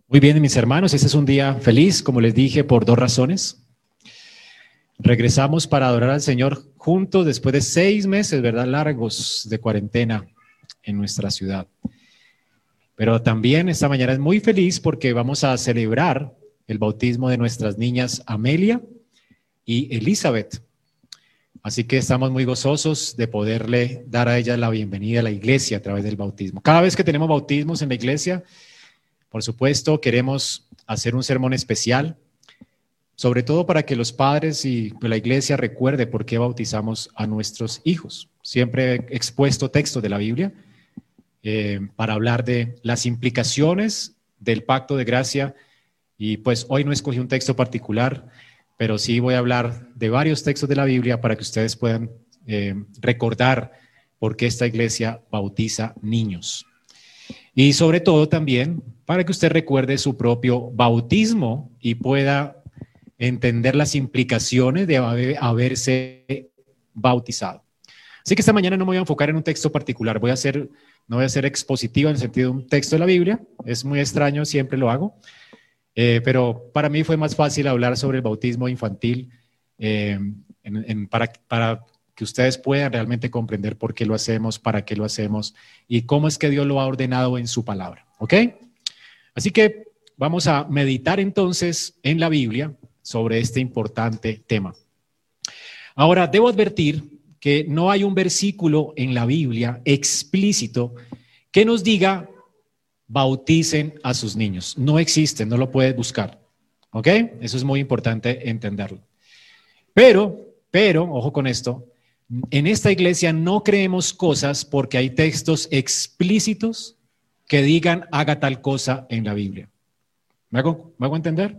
Muy bien, mis hermanos, este es un día feliz, como les dije, por dos razones. Regresamos para adorar al Señor juntos después de 6 meses, ¿verdad? Largos de cuarentena en nuestra ciudad. Pero también esta mañana es muy feliz porque vamos a celebrar el bautismo de nuestras niñas Amelia y Elizabeth. Así que estamos muy gozosos de poderle dar a ellas la bienvenida a la iglesia a través del bautismo. Cada vez que tenemos bautismos en la iglesia, por supuesto, queremos hacer un sermón especial, sobre todo para que los padres y la iglesia recuerde por qué bautizamos a nuestros hijos. Siempre he expuesto textos de la Biblia para hablar de las implicaciones del pacto de gracia y pues hoy no escogí un texto particular, pero sí voy a hablar de varios textos de la Biblia para que ustedes puedan recordar por qué esta iglesia bautiza niños. Y sobre todo también para que usted recuerde su propio bautismo y pueda entender las implicaciones de haberse bautizado. Así que esta mañana no me voy a enfocar en un texto particular, no voy a ser expositiva en el sentido de un texto de la Biblia, es muy extraño, siempre lo hago, pero para mí fue más fácil hablar sobre el bautismo infantil para que ustedes puedan realmente comprender por qué lo hacemos, para qué lo hacemos y cómo es que Dios lo ha ordenado en su palabra, ¿ok? Así que vamos a meditar entonces en la Biblia sobre este importante tema. Ahora, debo advertir que no hay un versículo en la Biblia explícito que nos diga bauticen a sus niños. No existe, no lo puedes buscar, ¿ok? Eso es muy importante entenderlo. Pero, ojo con esto, en esta iglesia no creemos cosas porque hay textos explícitos que digan haga tal cosa en la Biblia. ¿Me hago entender?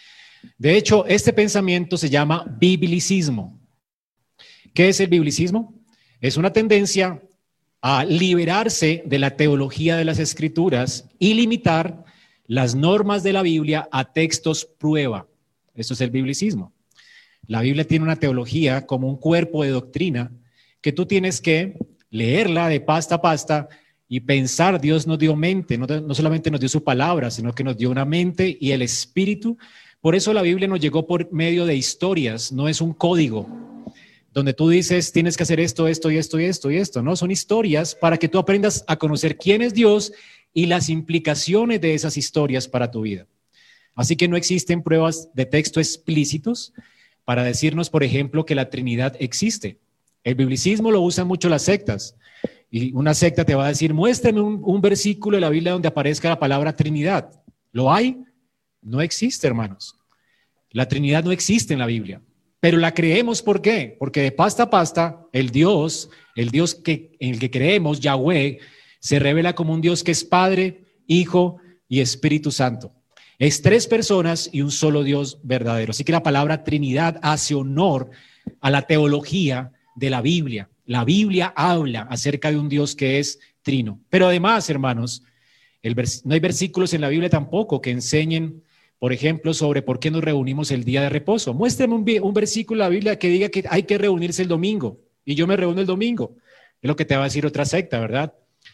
De hecho, este pensamiento se llama biblicismo. ¿Qué es el biblicismo? Es una tendencia a liberarse de la teología de las Escrituras y limitar las normas de la Biblia a textos prueba. Eso es el biblicismo. La Biblia tiene una teología como un cuerpo de doctrina que tú tienes que leerla de pasta a pasta y pensar. Dios nos dio mente, no solamente nos dio su palabra, sino que nos dio una mente y el espíritu. Por eso la Biblia nos llegó por medio de historias, no es un código donde tú dices tienes que hacer esto, esto y esto y esto y esto. No, son historias para que tú aprendas a conocer quién es Dios y las implicaciones de esas historias para tu vida. Así que no existen pruebas de texto explícitos para decirnos, por ejemplo, que la Trinidad existe. El biblicismo lo usan mucho las sectas. Y una secta te va a decir, muéstrame un versículo de la Biblia donde aparezca la palabra Trinidad. ¿Lo hay? No existe, hermanos. La Trinidad no existe en la Biblia. Pero la creemos, ¿por qué? Porque de pasta a pasta, el Dios en el que creemos, Yahweh, se revela como un Dios que es Padre, Hijo y Espíritu Santo. Es 3 personas y un solo Dios verdadero. Así que la palabra Trinidad hace honor a la teología de la Biblia. La Biblia habla acerca de un Dios que es trino. Pero además, hermanos, no hay versículos en la Biblia tampoco que enseñen, por ejemplo, sobre por qué nos reunimos el día de reposo. Muéstrame un versículo en la Biblia que diga que hay que reunirse el domingo y yo me reúno el domingo. Es lo que te va a decir otra secta, ¿verdad?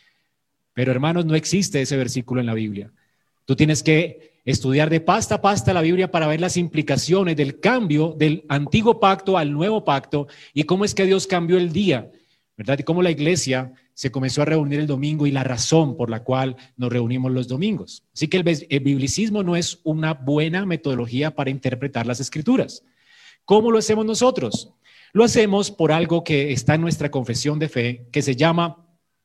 Pero hermanos, no existe ese versículo en la Biblia. Tú tienes que estudiar de pasta a pasta la Biblia para ver las implicaciones del cambio del antiguo pacto al nuevo pacto y cómo es que Dios cambió el día, ¿verdad? Y cómo la iglesia se comenzó a reunir el domingo y la razón por la cual nos reunimos los domingos. Así que el biblicismo no es una buena metodología para interpretar las escrituras. ¿Cómo lo hacemos nosotros? Lo hacemos por algo que está en nuestra confesión de fe, que se llama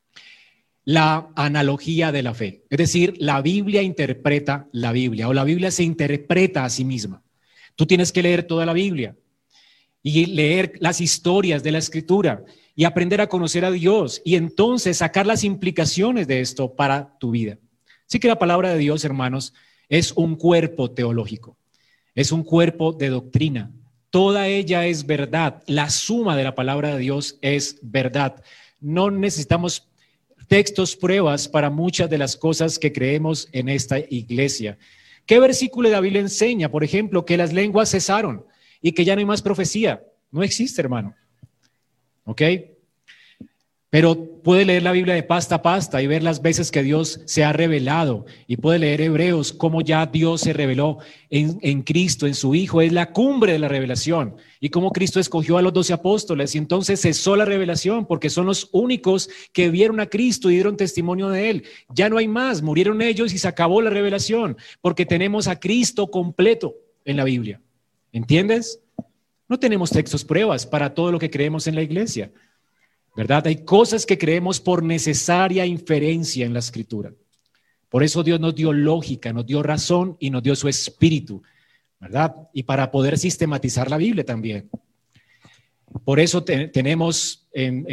la analogía de la fe. Es decir, la Biblia interpreta la Biblia o la Biblia se interpreta a sí misma. Tú tienes que leer toda la Biblia y leer las historias de la Escritura y aprender a conocer a Dios y entonces sacar las implicaciones de esto para tu vida. Así que la palabra de Dios, hermanos, es un cuerpo teológico, es un cuerpo de doctrina. Toda ella es verdad. La suma de la palabra de Dios es verdad. No necesitamos textos, pruebas para muchas de las cosas que creemos en esta iglesia. ¿Qué versículo de la Biblia enseña, por ejemplo, que las lenguas cesaron y que ya no hay más profecía? No existe, hermano. ¿Ok? Pero puede leer la Biblia de pasta a pasta y ver las veces que Dios se ha revelado. Y puede leer Hebreos, cómo ya Dios se reveló en Cristo, en su Hijo. Es la cumbre de la revelación. Y cómo Cristo escogió a los 12 apóstoles. Y entonces cesó la revelación porque son los únicos que vieron a Cristo y dieron testimonio de Él. Ya no hay más. Murieron ellos y se acabó la revelación. Porque tenemos a Cristo completo en la Biblia. ¿Entiendes? No tenemos textos pruebas para todo lo que creemos en la iglesia. ¿Verdad? Hay cosas que creemos por necesaria inferencia en la Escritura. Por eso Dios nos dio lógica, nos dio razón y nos dio su espíritu, ¿verdad? Y para poder sistematizar la Biblia también. Por eso tenemos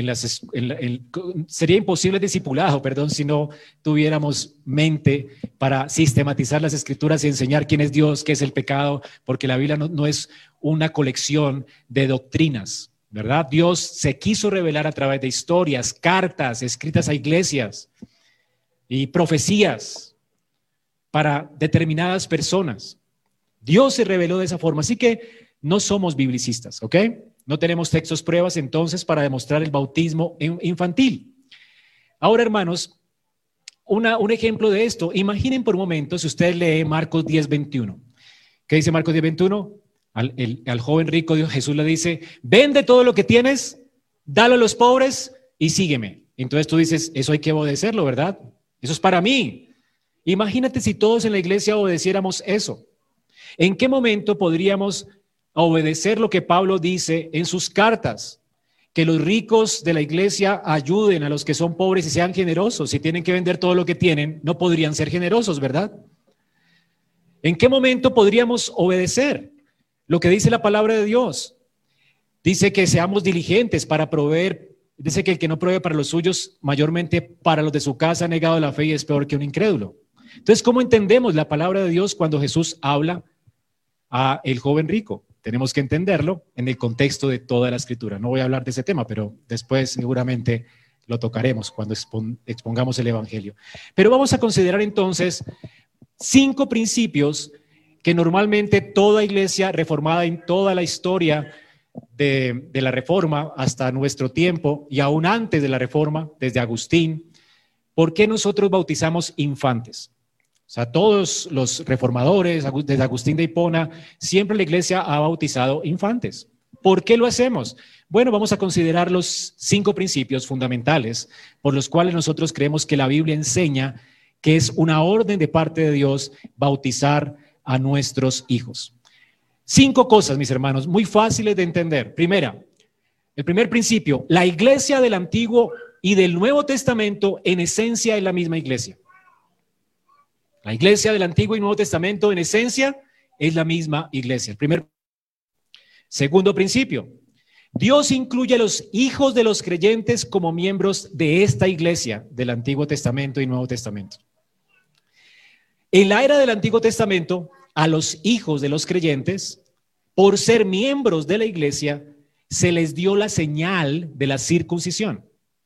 sería imposible el discipulado, perdón, si no tuviéramos mente para sistematizar las Escrituras y enseñar quién es Dios, qué es el pecado, porque la Biblia no es una colección de doctrinas, ¿verdad? Dios se quiso revelar a través de historias, cartas escritas a iglesias y profecías para determinadas personas. Dios se reveló de esa forma, así que no somos biblicistas, ¿ok? No tenemos textos pruebas entonces para demostrar el bautismo infantil. Ahora, hermanos, un ejemplo de esto. Imaginen por un momento si usted lee Marcos 10:21. ¿Qué dice Marcos 10:21? Al joven rico Jesús le dice, vende todo lo que tienes, dalo a los pobres y sígueme. Entonces tú dices, eso hay que obedecerlo, ¿verdad? Eso es para mí. Imagínate si todos en la iglesia obedeciéramos eso. ¿En qué momento podríamos obedecer lo que Pablo dice en sus cartas? Que los ricos de la iglesia ayuden a los que son pobres y sean generosos. Si tienen que vender todo lo que tienen, no podrían ser generosos, ¿verdad? ¿En qué momento podríamos obedecer lo que dice la palabra de Dios? Dice que seamos diligentes para proveer. Dice que el que no provee para los suyos, mayormente para los de su casa, ha negado la fe y es peor que un incrédulo. Entonces, ¿cómo entendemos la palabra de Dios cuando Jesús habla a el joven rico? Tenemos que entenderlo en el contexto de toda la Escritura. No voy a hablar de ese tema, pero después seguramente lo tocaremos cuando expongamos el Evangelio. Pero vamos a considerar entonces 5 principios que normalmente toda iglesia reformada en toda la historia de la Reforma hasta nuestro tiempo y aún antes de la Reforma, desde Agustín, ¿por qué nosotros bautizamos infantes? O sea, todos los reformadores, desde Agustín de Hipona, siempre la iglesia ha bautizado infantes. ¿Por qué lo hacemos? Bueno, vamos a considerar los 5 principios fundamentales por los cuales nosotros creemos que la Biblia enseña que es una orden de parte de Dios bautizar a nuestros hijos. 5 cosas, mis hermanos, muy fáciles de entender. Primera, el primer principio, la iglesia del Antiguo y del Nuevo Testamento en esencia es la misma iglesia. La iglesia del Antiguo y Nuevo Testamento en esencia es la misma iglesia. Segundo principio, Dios incluye a los hijos de los creyentes como miembros de esta iglesia del Antiguo Testamento y Nuevo Testamento. En la era del Antiguo Testamento, a los hijos de los creyentes, por ser miembros de la iglesia, se les dio la señal de la circuncisión.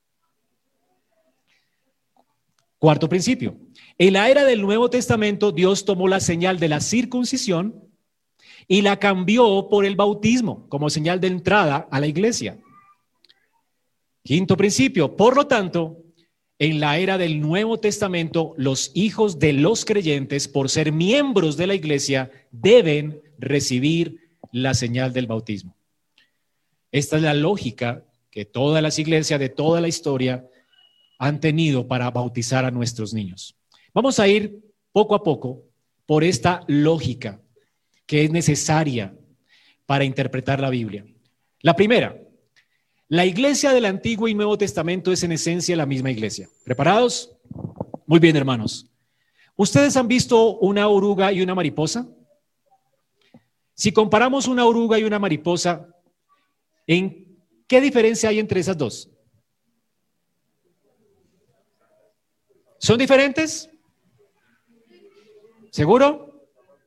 Cuarto principio. En la era del Nuevo Testamento, Dios tomó la señal de la circuncisión y la cambió por el bautismo como señal de entrada a la iglesia. Quinto principio. Por lo tanto, en la era del Nuevo Testamento, los hijos de los creyentes, por ser miembros de la iglesia, deben recibir la señal del bautismo. Esta es la lógica que todas las iglesias de toda la historia han tenido para bautizar a nuestros niños. Vamos a ir poco a poco por esta lógica que es necesaria para interpretar la Biblia. La primera, la iglesia del Antiguo y Nuevo Testamento es en esencia la misma iglesia. ¿Preparados? Muy bien, hermanos. ¿Ustedes han visto una oruga y una mariposa? Si comparamos una oruga y una mariposa, ¿en qué diferencia hay entre esas dos? ¿Son diferentes? ¿Seguro?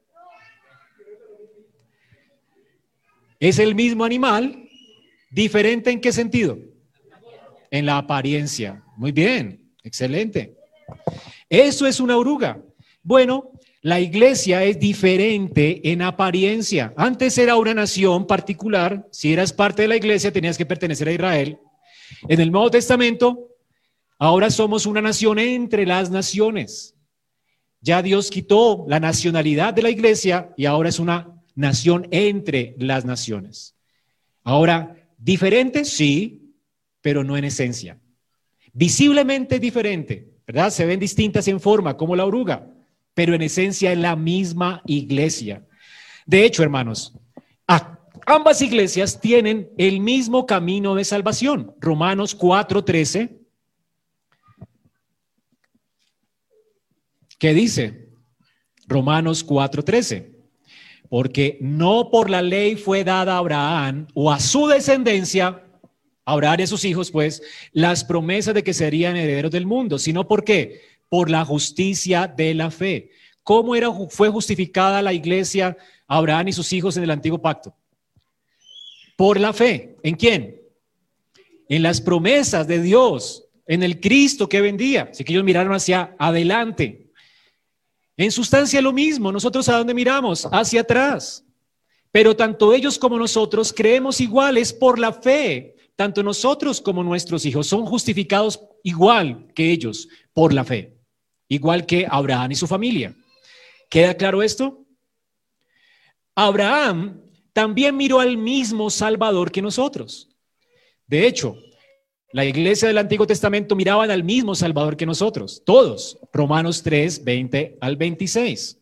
Es el mismo animal. ¿Diferente en qué sentido? En la apariencia. Muy bien, excelente. Eso es una oruga. Bueno, la iglesia es diferente en apariencia. Antes era una nación particular. Si eras parte de la iglesia tenías que pertenecer a Israel. En el Nuevo Testamento, ahora somos una nación entre las naciones. Ya Dios quitó la nacionalidad de la iglesia y ahora es una nación entre las naciones. Ahora, diferente, sí, pero no en esencia. Visiblemente diferente, ¿verdad? Se ven distintas en forma, como la oruga, pero en esencia es la misma iglesia. De hecho, hermanos, ambas iglesias tienen el mismo camino de salvación. Romanos 4:13. ¿Qué dice? Romanos 4:13. Porque no por la ley fue dada a Abraham o a su descendencia, Abraham y a sus hijos, pues, las promesas de que serían herederos del mundo, sino ¿por qué? Por la justicia de la fe. ¿Cómo fue justificada la iglesia, Abraham y sus hijos en el antiguo pacto? Por la fe. ¿En quién? En las promesas de Dios, en el Cristo que vendía. Así que ellos miraron hacia adelante. En sustancia lo mismo, nosotros ¿a dónde miramos? Hacia atrás. Pero tanto ellos como nosotros creemos iguales por la fe. Tanto nosotros como nuestros hijos son justificados igual que ellos por la fe. Igual que Abraham y su familia. ¿Queda claro esto? Abraham también miró al mismo Salvador que nosotros. De hecho, la iglesia del Antiguo Testamento miraban al mismo Salvador que nosotros, todos. Romanos 3, 20 al 26.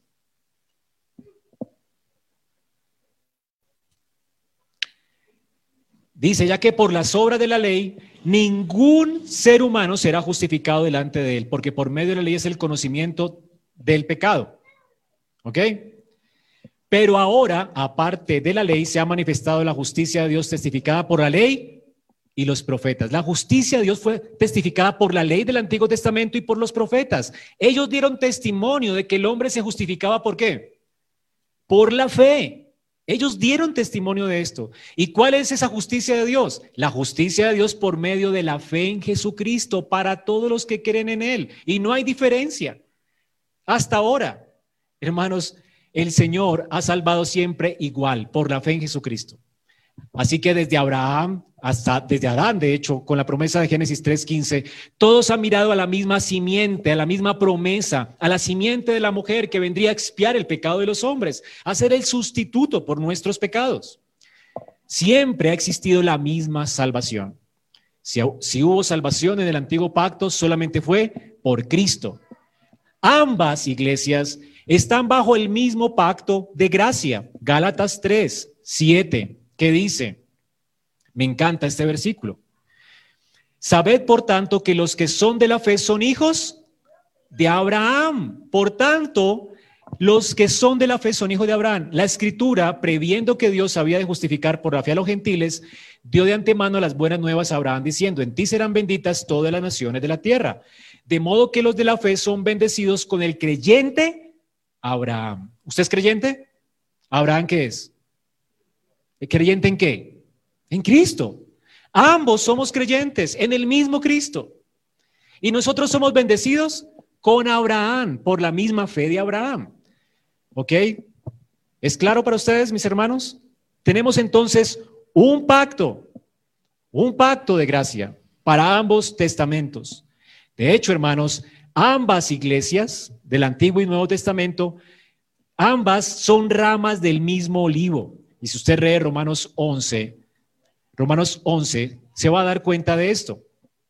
Dice, ya que por las obras de la ley, ningún ser humano será justificado delante de él, porque por medio de la ley es el conocimiento del pecado. ¿Ok? Pero ahora, aparte de la ley, se ha manifestado la justicia de Dios testificada por la ley y los profetas. La justicia de Dios fue testificada por la ley del Antiguo Testamento y por los profetas. Ellos dieron testimonio de que el hombre se justificaba, ¿por qué? Por la fe. Ellos dieron testimonio de esto. ¿Y cuál es esa justicia de Dios? La justicia de Dios por medio de la fe en Jesucristo para todos los que creen en Él. Y no hay diferencia. Hasta ahora, hermanos, el Señor ha salvado siempre igual, por la fe en Jesucristo. Así que desde Abraham desde Adán, de hecho, con la promesa de Génesis 3:15, todos han mirado a la misma simiente, a la misma promesa, a la simiente de la mujer que vendría a expiar el pecado de los hombres, a ser el sustituto por nuestros pecados. Siempre ha existido la misma salvación. Si hubo salvación en el antiguo pacto, solamente fue por Cristo. Ambas iglesias están bajo el mismo pacto de gracia. Gálatas 3:7, que dice, me encanta este versículo. Sabed, por tanto, que los que son de la fe son hijos de Abraham. Por tanto, los que son de la fe son hijos de Abraham. La Escritura, previendo que Dios había de justificar por la fe a los gentiles, dio de antemano las buenas nuevas a Abraham, diciendo, en ti serán benditas todas las naciones de la tierra. De modo que los de la fe son bendecidos con el creyente Abraham. ¿Usted es creyente? ¿Abraham qué es? ¿El creyente en qué? En Cristo. Ambos somos creyentes en el mismo Cristo. Y nosotros somos bendecidos con Abraham, por la misma fe de Abraham. ¿Ok? ¿Es claro para ustedes, mis hermanos? Tenemos entonces un pacto de gracia para ambos testamentos. De hecho, hermanos, ambas iglesias del Antiguo y Nuevo Testamento, ambas son ramas del mismo olivo. Y si usted lee Romanos 11, se va a dar cuenta de esto.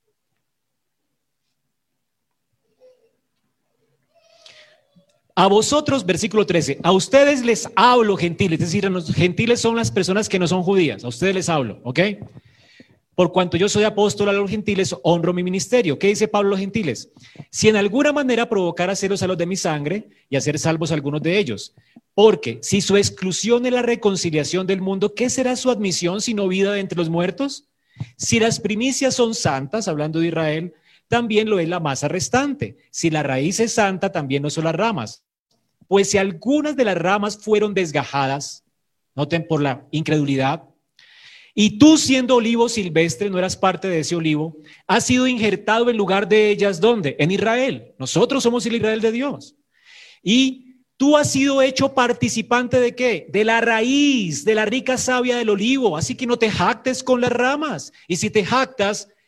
A vosotros, versículo 13, a ustedes les hablo gentiles, es decir, a los gentiles son las personas que no son judías, a ustedes les hablo, ¿ok? Por cuanto yo soy apóstol a los gentiles, honro mi ministerio. ¿Qué dice Pablo a los gentiles? Si en alguna manera provocara celos a los de mi sangre y hacer salvos a algunos de ellos. Porque si su exclusión es la reconciliación del mundo, ¿qué será su admisión sino vida de entre los muertos? Si las primicias son santas, hablando de Israel, también lo es la masa restante. Si la raíz es santa, también lo son las ramas. Pues si algunas de las ramas fueron desgajadas, noten por la incredulidad, y tú siendo olivo silvestre, no eras parte de ese olivo, has sido injertado en lugar de ellas, ¿dónde? En Israel. Nosotros somos el Israel de Dios. Y tú has sido hecho participante ¿de qué? De la raíz, de la rica savia del olivo. Así que no te jactes con las ramas. Y si te jactas,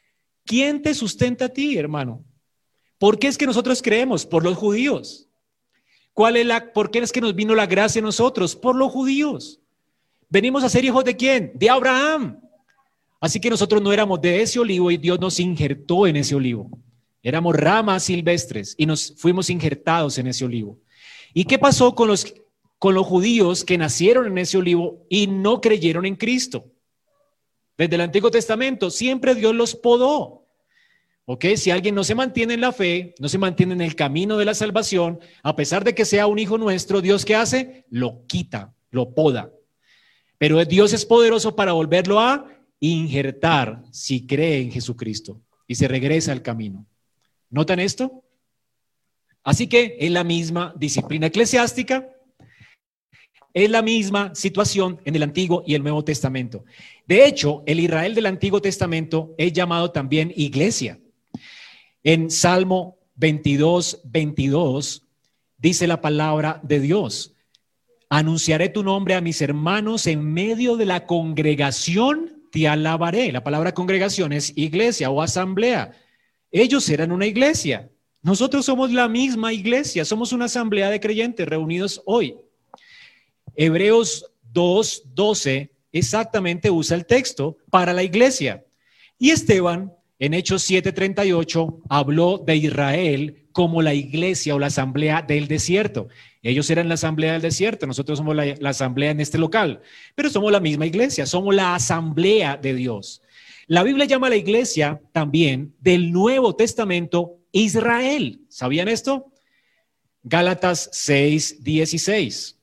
¿Quién te sustenta a ti, hermano? ¿Por qué es que nosotros creemos? Por los judíos. ¿Por qué es que nos vino la gracia a nosotros? Por los judíos. ¿Venimos a ser hijos de quién? De Abraham. Así que nosotros no éramos de ese olivo y Dios nos injertó en ese olivo. Éramos ramas silvestres y nos fuimos injertados en ese olivo. ¿Y qué pasó con los judíos que nacieron en ese olivo y no creyeron en Cristo? Desde el Antiguo Testamento siempre Dios los podó. ¿Ok? Si alguien no se mantiene en la fe, no se mantiene en el camino de la salvación, a pesar de que sea un hijo nuestro, Dios ¿qué hace? Lo quita, lo poda. Pero Dios es poderoso para volverlo a injertar si cree en Jesucristo y se regresa al camino. ¿Notan esto? Así que es la misma disciplina eclesiástica, es la misma situación en el Antiguo y el Nuevo Testamento. De hecho, el Israel del Antiguo Testamento es llamado también iglesia. En Salmo 22:22 dice la palabra de Dios: anunciaré tu nombre a mis hermanos, en medio de la congregación te alabaré. La palabra congregación es iglesia o asamblea. Ellos eran una iglesia. Nosotros somos la misma iglesia, somos una asamblea de creyentes reunidos hoy. Hebreos 2:12 exactamente usa el texto para la iglesia. Y Esteban, en Hechos 7:38, habló de Israel como la iglesia o la asamblea del desierto. Ellos eran la asamblea del desierto, nosotros somos la asamblea en este local, pero somos la misma iglesia, somos la asamblea de Dios. La Biblia llama a la iglesia también del Nuevo Testamento Israel. ¿Sabían esto? Gálatas 6:16.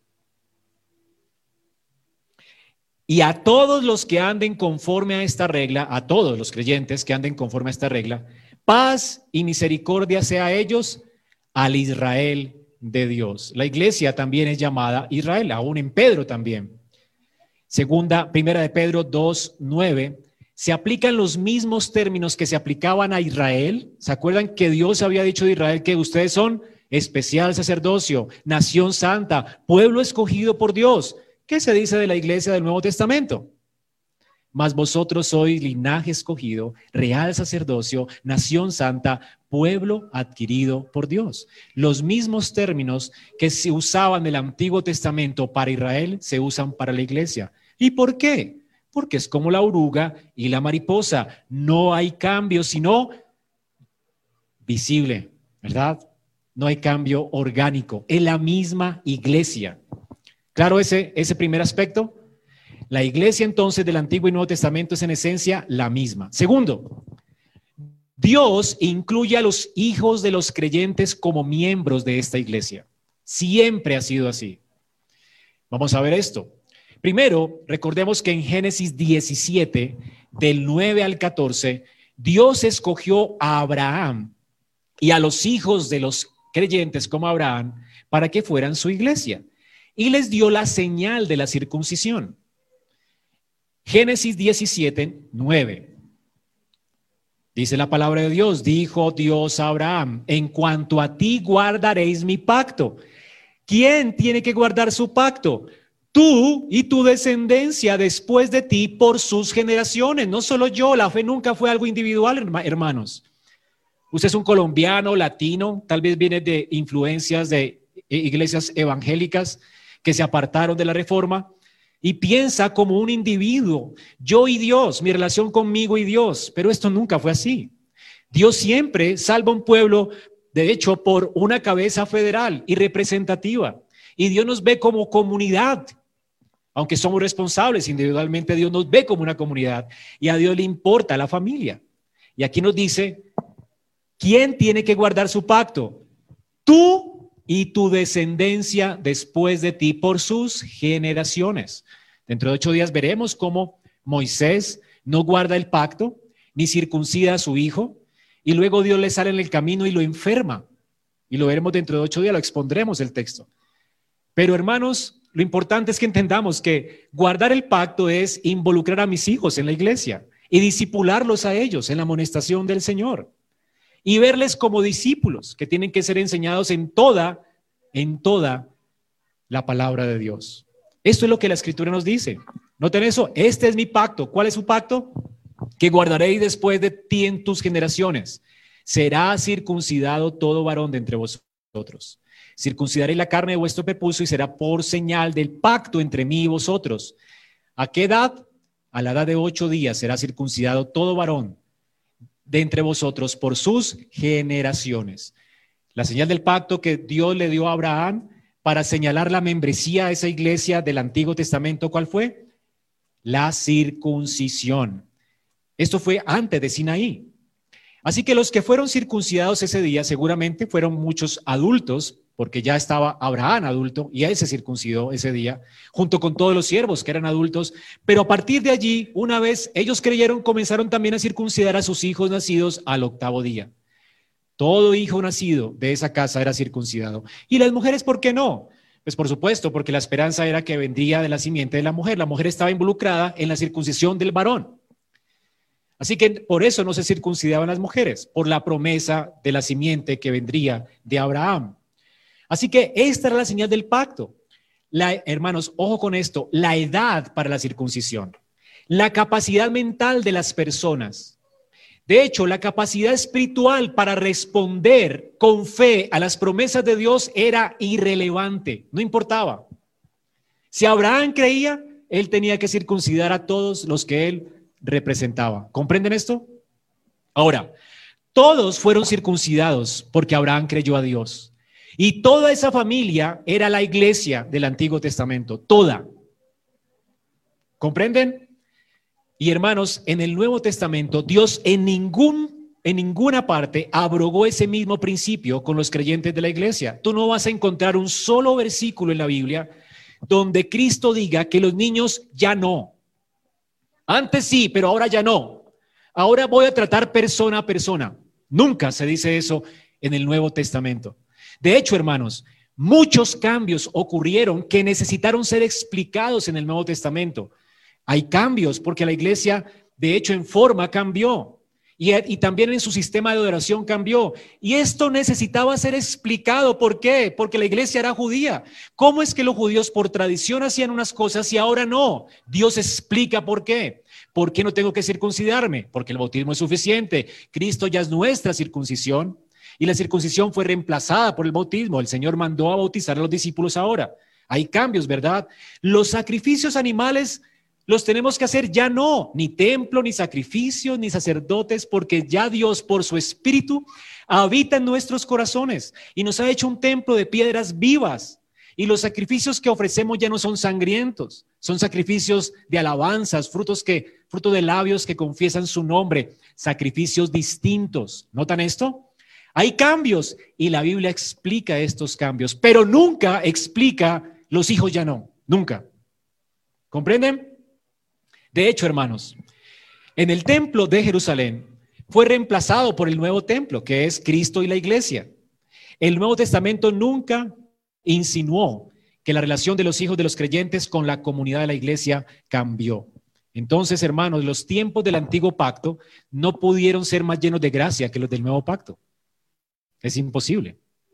Y a todos los que anden conforme a esta regla, a todos los creyentes que anden conforme a esta regla, paz y misericordia sea a ellos, al Israel de Dios. La iglesia también es llamada Israel, aún en Pedro también. Primera de Pedro 2:9, se aplican los mismos términos que se aplicaban a Israel. ¿Se acuerdan que Dios había dicho de Israel que ustedes son especial sacerdocio, nación santa, pueblo escogido por Dios? ¿Qué se dice de la iglesia del Nuevo Testamento? Mas vosotros sois linaje escogido, real sacerdocio, nación santa, pueblo adquirido por Dios. Los mismos términos que se usaban en el Antiguo Testamento para Israel se usan para la iglesia. ¿Y por qué? Porque es como la oruga y la mariposa. No hay cambio, sino visible, ¿verdad? No hay cambio orgánico. Es la misma iglesia. ¿Claro ese primer aspecto? La iglesia entonces del Antiguo y Nuevo Testamento es en esencia la misma. Segundo, Dios incluye a los hijos de los creyentes como miembros de esta iglesia. Siempre ha sido así. Vamos a ver esto. Primero, recordemos que en Génesis 17, del 9 al 14, Dios escogió a Abraham y a los hijos de los creyentes como Abraham para que fueran su iglesia. Y les dio la señal de la circuncisión. Génesis 17:9. Dice la palabra de Dios: dijo Dios a Abraham, en cuanto a ti guardaréis mi pacto. ¿Quién tiene que guardar su pacto? Tú y tu descendencia después de ti por sus generaciones. No solo yo, la fe nunca fue algo individual, hermanos. Usted es un colombiano, latino, tal vez viene de influencias de iglesias evangélicas que se apartaron de la reforma y piensa como un individuo, yo y Dios, mi relación conmigo y Dios, pero esto nunca fue así. Dios siempre salva un pueblo, de hecho, por una cabeza federal y representativa, y Dios nos ve como comunidad, aunque somos responsables individualmente. Dios nos ve como una comunidad y a Dios le importa la familia. Y aquí nos dice, ¿quién tiene que guardar su pacto? Tú y tu descendencia después de ti por sus generaciones. Dentro de 8 días veremos cómo Moisés no guarda el pacto, ni circuncida a su hijo, y luego Dios le sale en el camino y lo enferma. Y lo veremos dentro de 8 días, lo expondremos el texto. Pero hermanos, lo importante es que entendamos que guardar el pacto es involucrar a mis hijos en la iglesia y discipularlos a ellos en la amonestación del Señor. Y verles como discípulos que tienen que ser enseñados en toda la palabra de Dios. Esto es lo que la Escritura nos dice. Noten eso, este es mi pacto. ¿Cuál es su pacto? que guardaréis después de ti en tus generaciones. Será circuncidado todo varón de entre vosotros. Circuncidaréis la carne de vuestro prepucio y será por señal del pacto entre mí y vosotros. ¿A qué edad? A la edad de 8 días será circuncidado todo varón de entre vosotros por sus generaciones. La señal del pacto que Dios le dio a Abraham para señalar la membresía a esa iglesia del Antiguo Testamento, ¿cuál fue? La circuncisión. Esto fue antes de Sinaí. Así que los que fueron circuncidados ese día seguramente fueron muchos adultos, porque ya estaba Abraham adulto y él se circuncidó ese día, junto con todos los siervos que eran adultos. Pero a partir de allí, una vez ellos creyeron, comenzaron también a circuncidar a sus hijos nacidos al 8º día. Todo hijo nacido de esa casa era circuncidado. ¿Y las mujeres por qué no? Pues por supuesto, porque la esperanza era que vendría de la simiente de la mujer. La mujer estaba involucrada en la circuncisión del varón. Así que por eso no se circuncidaban las mujeres, por la promesa de la simiente que vendría de Abraham. Así que esta era la señal del pacto. Hermanos, ojo con esto, la edad para la circuncisión, la capacidad mental de las personas. De hecho, la capacidad espiritual para responder con fe a las promesas de Dios era irrelevante, no importaba. Si Abraham creía, él tenía que circuncidar a todos los que él representaba. ¿Comprenden esto? Ahora, todos fueron circuncidados porque Abraham creyó a Dios. Y toda esa familia era la iglesia del Antiguo Testamento, toda. ¿Comprenden? Y hermanos, en el Nuevo Testamento, Dios en ninguna parte abrogó ese mismo principio con los creyentes de la iglesia. Tú no vas a encontrar un solo versículo en la Biblia donde Cristo diga que los niños ya no. Antes sí, pero ahora ya no. Ahora voy a tratar persona a persona. Nunca se dice eso en el Nuevo Testamento. De hecho, hermanos, muchos cambios ocurrieron que necesitaron ser explicados en el Nuevo Testamento. Hay cambios porque la iglesia, de hecho, en forma cambió. Y también en su sistema de adoración cambió. Y esto necesitaba ser explicado. ¿Por qué? Porque la iglesia era judía. ¿Cómo es que los judíos por tradición hacían unas cosas y ahora no? Dios explica por qué. ¿Por qué no tengo que circuncidarme? Porque el bautismo es suficiente. Cristo ya es nuestra circuncisión. Y la circuncisión fue reemplazada por el bautismo. El Señor mandó a bautizar a los discípulos ahora. Hay cambios, ¿verdad? Los sacrificios animales los tenemos que hacer ya no, ni templo, ni sacrificios, ni sacerdotes, porque ya Dios por su Espíritu habita en nuestros corazones y nos ha hecho un templo de piedras vivas. Y los sacrificios que ofrecemos ya no son sangrientos, son sacrificios de alabanzas, fruto de labios que confiesan su nombre, sacrificios distintos. ¿Notan esto? Hay cambios y la Biblia explica estos cambios, pero nunca explica los hijos ya no, nunca. ¿Comprenden? De hecho, hermanos, en el templo de Jerusalén fue reemplazado por el nuevo templo, que es Cristo y la iglesia. El Nuevo Testamento nunca insinuó que la relación de los hijos de los creyentes con la comunidad de la iglesia cambió. Entonces, hermanos, los tiempos del antiguo pacto no pudieron ser más llenos de gracia que los del nuevo pacto. Es imposible.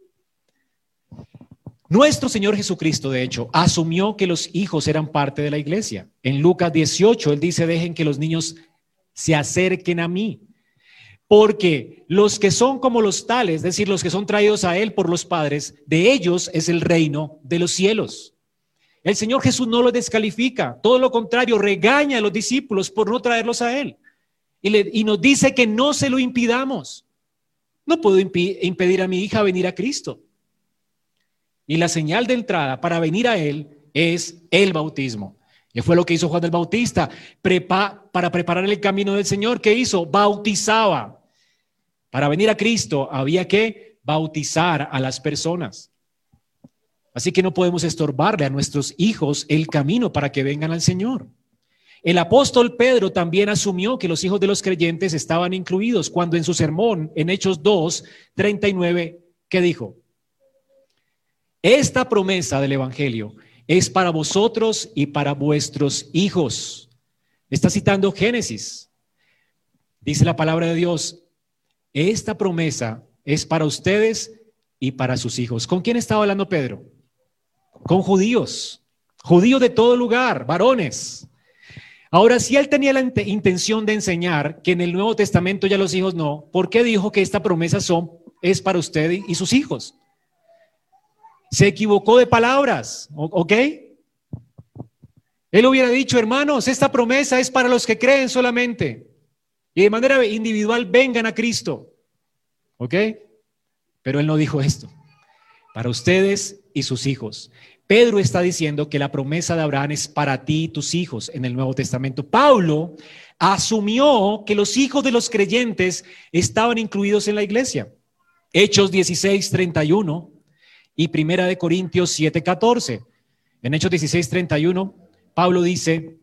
Nuestro Señor Jesucristo, de hecho, asumió que los hijos eran parte de la iglesia. En Lucas 18, Él dice, dejen que los niños se acerquen a mí. Porque los que son como los tales, es decir, los que son traídos a Él por los padres, de ellos es el reino de los cielos. El Señor Jesús no los descalifica, todo lo contrario, regaña a los discípulos por no traerlos a Él. Y nos dice que no se lo impidamos. No puedo impedir a mi hija venir a Cristo. Y la señal de entrada para venir a Él es el bautismo. Y fue lo que hizo Juan el Bautista para preparar el camino del Señor. ¿Qué hizo? Bautizaba. Para venir a Cristo había que bautizar a las personas. Así que no podemos estorbarle a nuestros hijos el camino para que vengan al Señor. El apóstol Pedro también asumió que los hijos de los creyentes estaban incluidos cuando en su sermón en Hechos 2:39, ¿qué dijo? Esta promesa del evangelio es para vosotros y para vuestros hijos. Está citando Génesis. Dice la palabra de Dios, esta promesa es para ustedes y para sus hijos. ¿Con quién estaba hablando Pedro? Con judíos, judíos de todo lugar, varones. Ahora, si él tenía la intención de enseñar que en el Nuevo Testamento ya los hijos no, ¿por qué dijo que esta promesa es para usted y sus hijos? Se equivocó de palabras, ¿ok? Él hubiera dicho, hermanos, esta promesa es para los que creen solamente y de manera individual vengan a Cristo, ¿ok? Pero él no dijo esto, para ustedes y sus hijos. Pedro está diciendo que la promesa de Abraham es para ti y tus hijos en el Nuevo Testamento. Pablo asumió que los hijos de los creyentes estaban incluidos en la iglesia. Hechos 16:31 y Primera de Corintios 7:14. En Hechos 16:31, Pablo dice,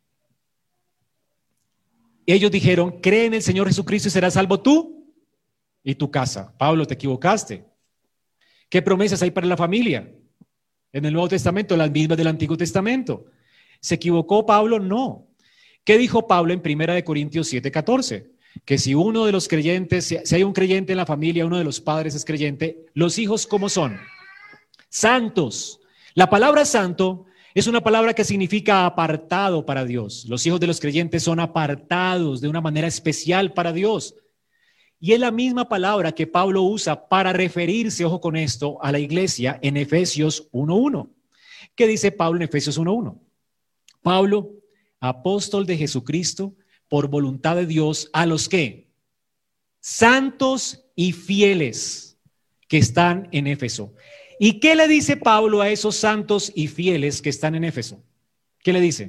ellos dijeron, cree en el Señor Jesucristo y serás salvo tú y tu casa. Pablo, te equivocaste. ¿Qué promesas hay para la familia? En el Nuevo Testamento, las mismas del Antiguo Testamento. ¿Se equivocó Pablo? No. ¿Qué dijo Pablo en 1 Corintios 7:14? Que si uno de los creyentes, si hay un creyente en la familia, uno de los padres es creyente, los hijos ¿cómo son? Santos. La palabra santo es una palabra que significa apartado para Dios. Los hijos de los creyentes son apartados de una manera especial para Dios. Y es la misma palabra que Pablo usa para referirse, ojo con esto, a la iglesia en Efesios 1:1. ¿Qué dice Pablo en Efesios 1:1? Pablo, apóstol de Jesucristo, por voluntad de Dios, a los que santos y fieles que están en Éfeso. ¿Y qué le dice Pablo a esos santos y fieles que están en Éfeso? ¿Qué le dice?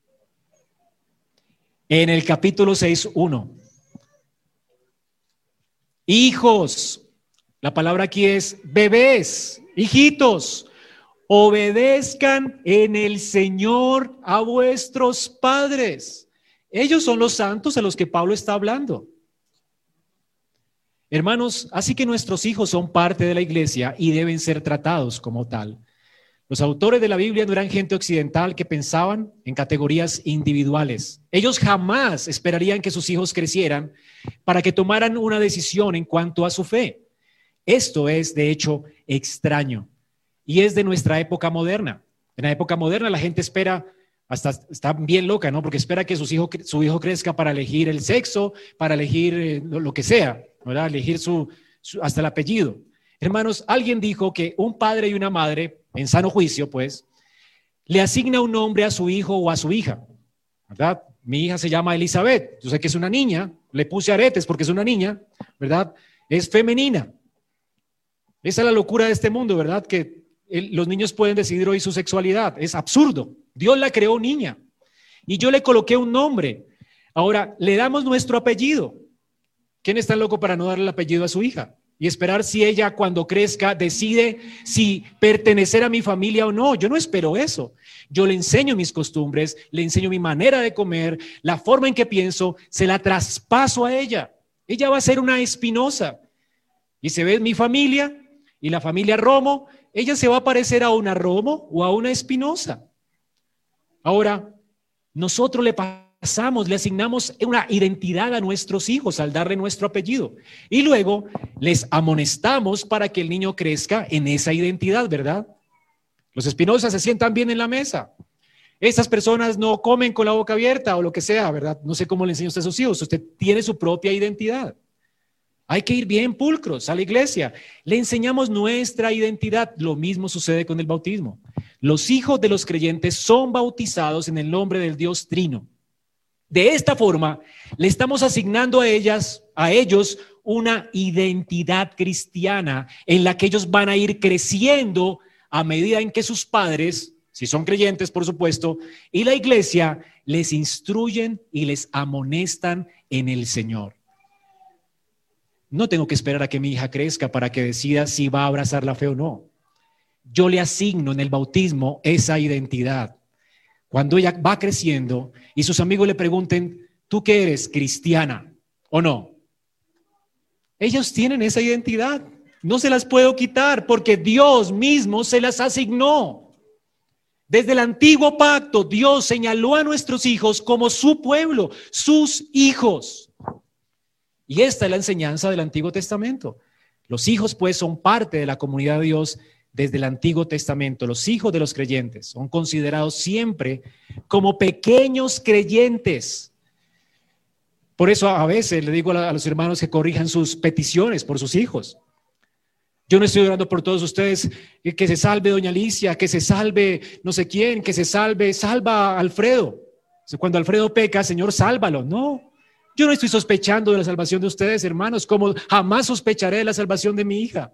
En el capítulo 6:1. Hijos, la palabra aquí es bebés, hijitos, obedezcan en el Señor a vuestros padres. Ellos son los santos a los que Pablo está hablando. Hermanos, así que nuestros hijos son parte de la iglesia y deben ser tratados como tal. Los autores de la Biblia no eran gente occidental que pensaban en categorías individuales. Ellos jamás esperarían que sus hijos crecieran para que tomaran una decisión en cuanto a su fe. Esto es, de hecho, extraño y es de nuestra época moderna. En la época moderna la gente espera, hasta está bien loca, ¿no? Porque espera que su hijo crezca para elegir el sexo, para elegir lo que sea, ¿verdad? Elegir hasta el apellido. Hermanos, alguien dijo que un padre y una madre, en sano juicio, pues, le asigna un nombre a su hijo o a su hija, ¿verdad? Mi hija se llama Elizabeth, yo sé que es una niña, le puse aretes porque es una niña, ¿verdad? Es femenina. Esa es la locura de este mundo, ¿verdad? Que los niños pueden decidir hoy su sexualidad. Es absurdo. Dios la creó niña y yo le coloqué un nombre. Ahora, le damos nuestro apellido. ¿Quién está loco para no darle el apellido a su hija? Y esperar si ella cuando crezca decide si pertenecer a mi familia o no. Yo no espero eso. Yo le enseño mis costumbres, le enseño mi manera de comer, la forma en que pienso, se la traspaso a ella. Ella va a ser una Espinosa. Y se ve mi familia y la familia Romo, ella se va a parecer a una Romo o a una Espinosa. Ahora, nosotros le asignamos una identidad a nuestros hijos al darle nuestro apellido y luego les amonestamos para que el niño crezca en esa identidad, ¿verdad? Los Espinosa se sientan bien en la mesa. Estas personas no comen con la boca abierta o lo que sea, ¿verdad? No sé cómo le enseña usted a sus hijos. Usted tiene su propia identidad. Hay que ir bien pulcros a la iglesia. Le enseñamos nuestra identidad. Lo mismo sucede con el bautismo. Los hijos de los creyentes son bautizados en el nombre del Dios Trino. De esta forma, le estamos asignando a ellos una identidad cristiana en la que ellos van a ir creciendo a medida en que sus padres, si son creyentes, por supuesto, y la iglesia les instruyen y les amonestan en el Señor. No tengo que esperar a que mi hija crezca para que decida si va a abrazar la fe o no. Yo le asigno en el bautismo esa identidad. Cuando ella va creciendo y sus amigos le pregunten, ¿tú qué eres, cristiana o no? Ellos tienen esa identidad. No se las puedo quitar porque Dios mismo se las asignó. Desde el antiguo pacto, Dios señaló a nuestros hijos como su pueblo, sus hijos. Y esta es la enseñanza del Antiguo Testamento. Los hijos, pues, son parte de la comunidad de Dios desde el Antiguo Testamento, los hijos de los creyentes son considerados siempre como pequeños creyentes. Por eso a veces le digo a los hermanos que corrijan sus peticiones por sus hijos. Yo no estoy orando por todos ustedes, que se salve doña Alicia, que se salve no sé quién, que se salva a Alfredo. Cuando Alfredo peca, Señor, sálvalo. No, yo no estoy sospechando de la salvación de ustedes, hermanos, como jamás sospecharé de la salvación de mi hija.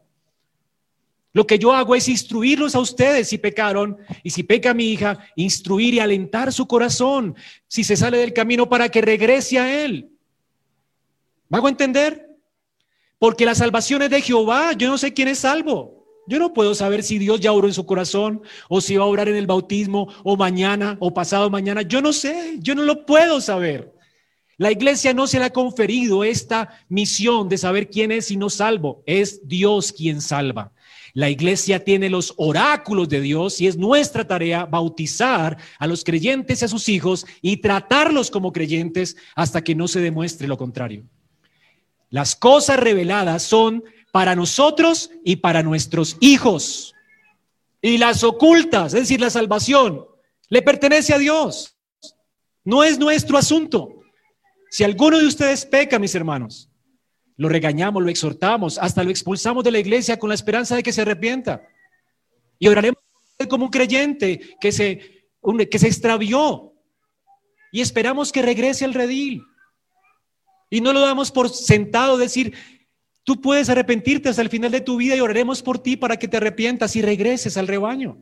Lo que yo hago es instruirlos a ustedes si pecaron, y si peca mi hija, instruir y alentar su corazón, si se sale del camino, para que regrese a Él. ¿Me hago entender? Porque la salvación es de Jehová. Yo no sé quién es salvo. Yo no puedo saber si Dios ya oró en su corazón, o si va a orar en el bautismo, o mañana, o pasado mañana. Yo no sé, yo no lo puedo saber. La iglesia no se le ha conferido esta misión de saber quién es y no salvo. Es Dios quien salva. La iglesia tiene los oráculos de Dios y es nuestra tarea bautizar a los creyentes y a sus hijos y tratarlos como creyentes hasta que no se demuestre lo contrario. Las cosas reveladas son para nosotros y para nuestros hijos. Y las ocultas, es decir, la salvación, le pertenece a Dios. No es nuestro asunto. Si alguno de ustedes peca, mis hermanos, lo regañamos, lo exhortamos, hasta lo expulsamos de la iglesia con la esperanza de que se arrepienta. Y oraremos como un creyente que se extravió y esperamos que regrese al redil. Y no lo damos por sentado, decir, tú puedes arrepentirte hasta el final de tu vida y oraremos por ti para que te arrepientas y regreses al rebaño.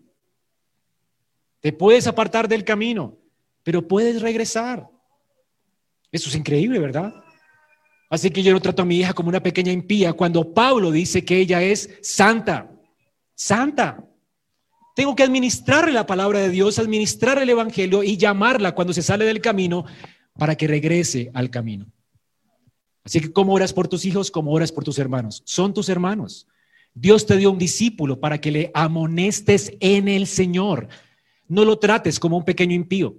Te puedes apartar del camino, pero puedes regresar. Eso es increíble, ¿verdad? Así que yo no trato a mi hija como una pequeña impía cuando Pablo dice que ella es santa. Santa. Tengo que administrarle la palabra de Dios, administrar el evangelio y llamarla cuando se sale del camino para que regrese al camino. Así que ¿cómo oras por tus hijos? ¿Cómo oras por tus hermanos? Son tus hermanos. Dios te dio un discípulo para que le amonestes en el Señor. No lo trates como un pequeño impío.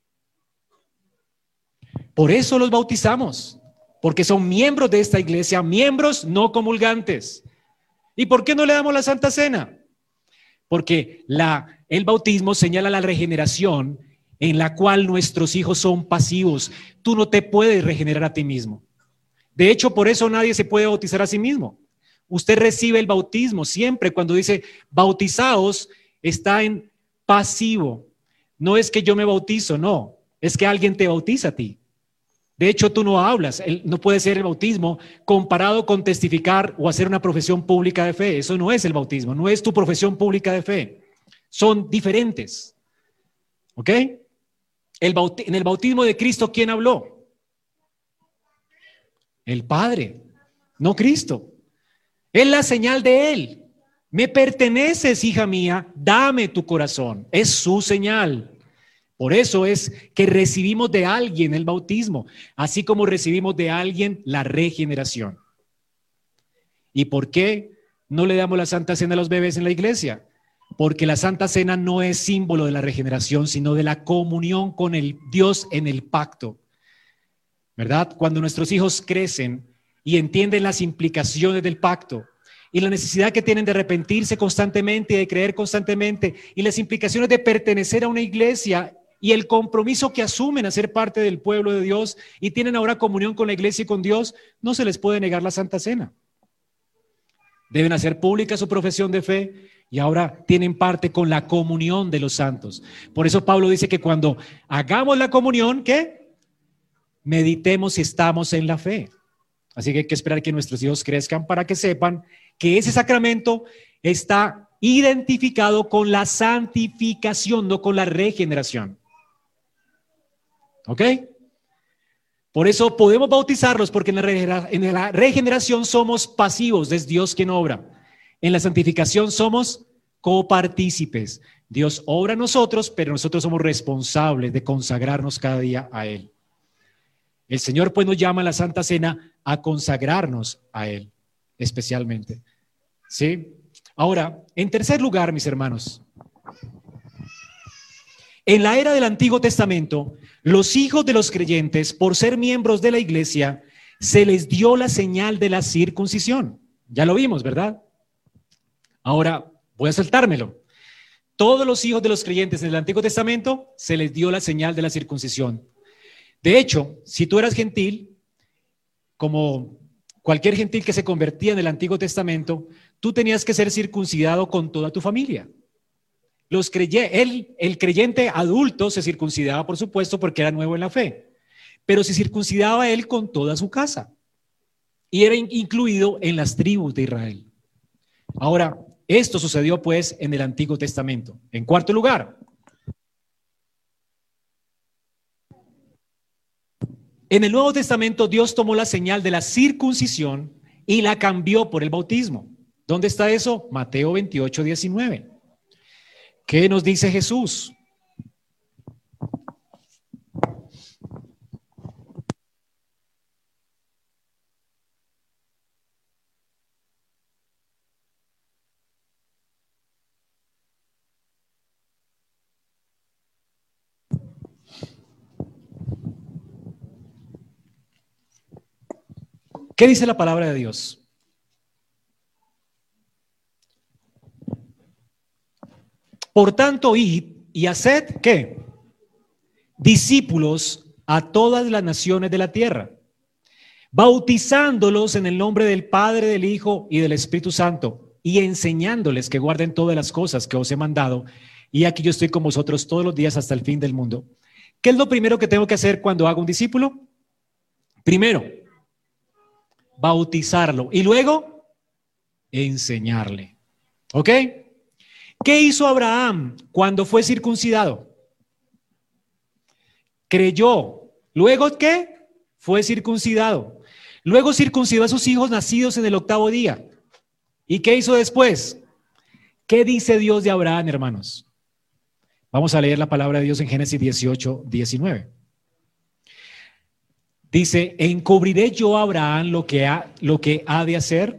Por eso los bautizamos, porque son miembros de esta iglesia, miembros no comulgantes. ¿Y por qué no le damos la Santa Cena? Porque el bautismo señala la regeneración en la cual nuestros hijos son pasivos. Tú no te puedes regenerar a ti mismo. De hecho, por eso nadie se puede bautizar a sí mismo. Usted recibe el bautismo siempre cuando dice bautizaos, está en pasivo. No es que yo me bautizo, no, es que alguien te bautiza a ti. De hecho, tú no hablas, no puede ser el bautismo comparado con testificar o hacer una profesión pública de fe. Eso no es el bautismo, no es tu profesión pública de fe. Son diferentes. ¿Ok? En el bautismo de Cristo, ¿quién habló? El Padre, no Cristo. Es la señal de Él. Me perteneces, hija mía, dame tu corazón. Es su señal. Por eso es que recibimos de alguien el bautismo, así como recibimos de alguien la regeneración. ¿Y por qué no le damos la Santa Cena a los bebés en la iglesia? Porque la Santa Cena no es símbolo de la regeneración, sino de la comunión con el Dios en el pacto. ¿Verdad? Cuando nuestros hijos crecen y entienden las implicaciones del pacto y la necesidad que tienen de arrepentirse constantemente y de creer constantemente y las implicaciones de pertenecer a una iglesia y el compromiso que asumen a ser parte del pueblo de Dios y tienen ahora comunión con la iglesia y con Dios, no se les puede negar la Santa Cena. Deben hacer pública su profesión de fe y ahora tienen parte con la comunión de los santos. Por eso Pablo dice que cuando hagamos la comunión, ¿qué? Meditemos si estamos en la fe. Así que hay que esperar que nuestros hijos crezcan para que sepan que ese sacramento está identificado con la santificación, no con la regeneración. ¿Ok? Por eso podemos bautizarlos, porque en la regeneración somos pasivos, es Dios quien obra. En la santificación somos copartícipes. Dios obra en nosotros, pero nosotros somos responsables de consagrarnos cada día a Él. El Señor pues nos llama a la Santa Cena a consagrarnos a Él, especialmente. ¿Sí? Ahora, en tercer lugar, mis hermanos, en la era del Antiguo Testamento, los hijos de los creyentes, por ser miembros de la iglesia, se les dio la señal de la circuncisión. Ya lo vimos, ¿verdad? Ahora, Voy a saltármelo. Todos los hijos de los creyentes en el Antiguo Testamento se les dio la señal de la circuncisión. De hecho, si tú eras gentil, como cualquier gentil que se convertía en el Antiguo Testamento, tú tenías que ser circuncidado con toda tu familia. El creyente adulto se circuncidaba, por supuesto, porque era nuevo en la fe, pero se circuncidaba él con toda su casa y era incluido en las tribus de Israel. Ahora, esto sucedió pues en el Antiguo Testamento. En cuarto lugar, en el Nuevo Testamento Dios tomó la señal de la circuncisión y la cambió por el bautismo. ¿Dónde está eso? Mateo 28, 19. ¿Qué nos dice Jesús? ¿Qué dice la palabra de Dios? Por tanto, id y haced, ¿qué? Discípulos a todas las naciones de la tierra, bautizándolos en el nombre del Padre, del Hijo y del Espíritu Santo, y enseñándoles que guarden todas las cosas que os he mandado. Y aquí yo estoy con vosotros todos los días hasta el fin del mundo. ¿Qué es lo primero que tengo que hacer cuando hago un discípulo? Primero, bautizarlo y luego enseñarle. ¿Ok? ¿Qué hizo Abraham cuando fue circuncidado? Creyó. ¿Luego qué? Fue circuncidado. Luego circuncidó a sus hijos nacidos en el 8º día. ¿Y qué hizo después? ¿Qué dice Dios de Abraham, hermanos? Vamos a leer la palabra de Dios en Génesis 18, 19. Dice, ¿encubriré yo a Abraham lo que ha de hacer?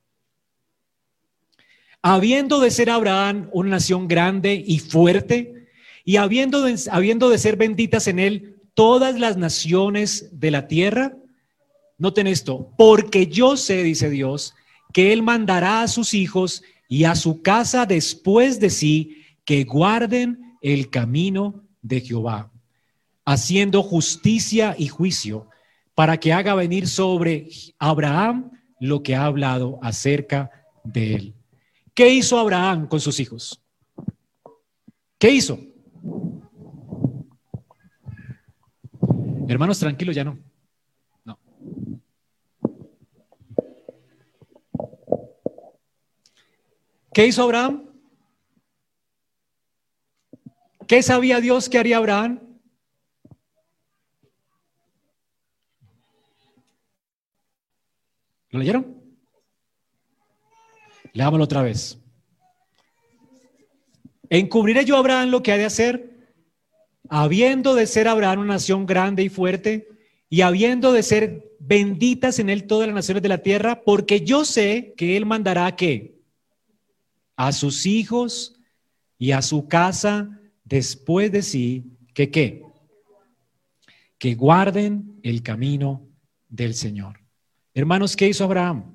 Habiendo de ser Abraham una nación grande y fuerte, y habiendo de ser benditas en él todas las naciones de la tierra. Noten esto, porque yo sé, dice Dios, que él mandará a sus hijos y a su casa después de sí que guarden el camino de Jehová, haciendo justicia y juicio, para que haga venir sobre Abraham lo que ha hablado acerca de él. ¿Qué hizo Abraham con sus hijos? ¿Qué hizo? Hermanos, tranquilos, ya no. No. ¿Qué hizo Abraham? ¿Qué sabía Dios que haría Abraham? ¿Lo leyeron? Leámoslo otra vez. ¿Encubriré yo a Abraham lo que ha de hacer? Habiendo de ser Abraham una nación grande y fuerte, y habiendo de ser benditas en él todas las naciones de la tierra, porque yo sé que él mandará ¿qué? A sus hijos y a su casa después de sí, que ¿qué? Que guarden el camino del Señor. Hermanos, ¿qué hizo Abraham?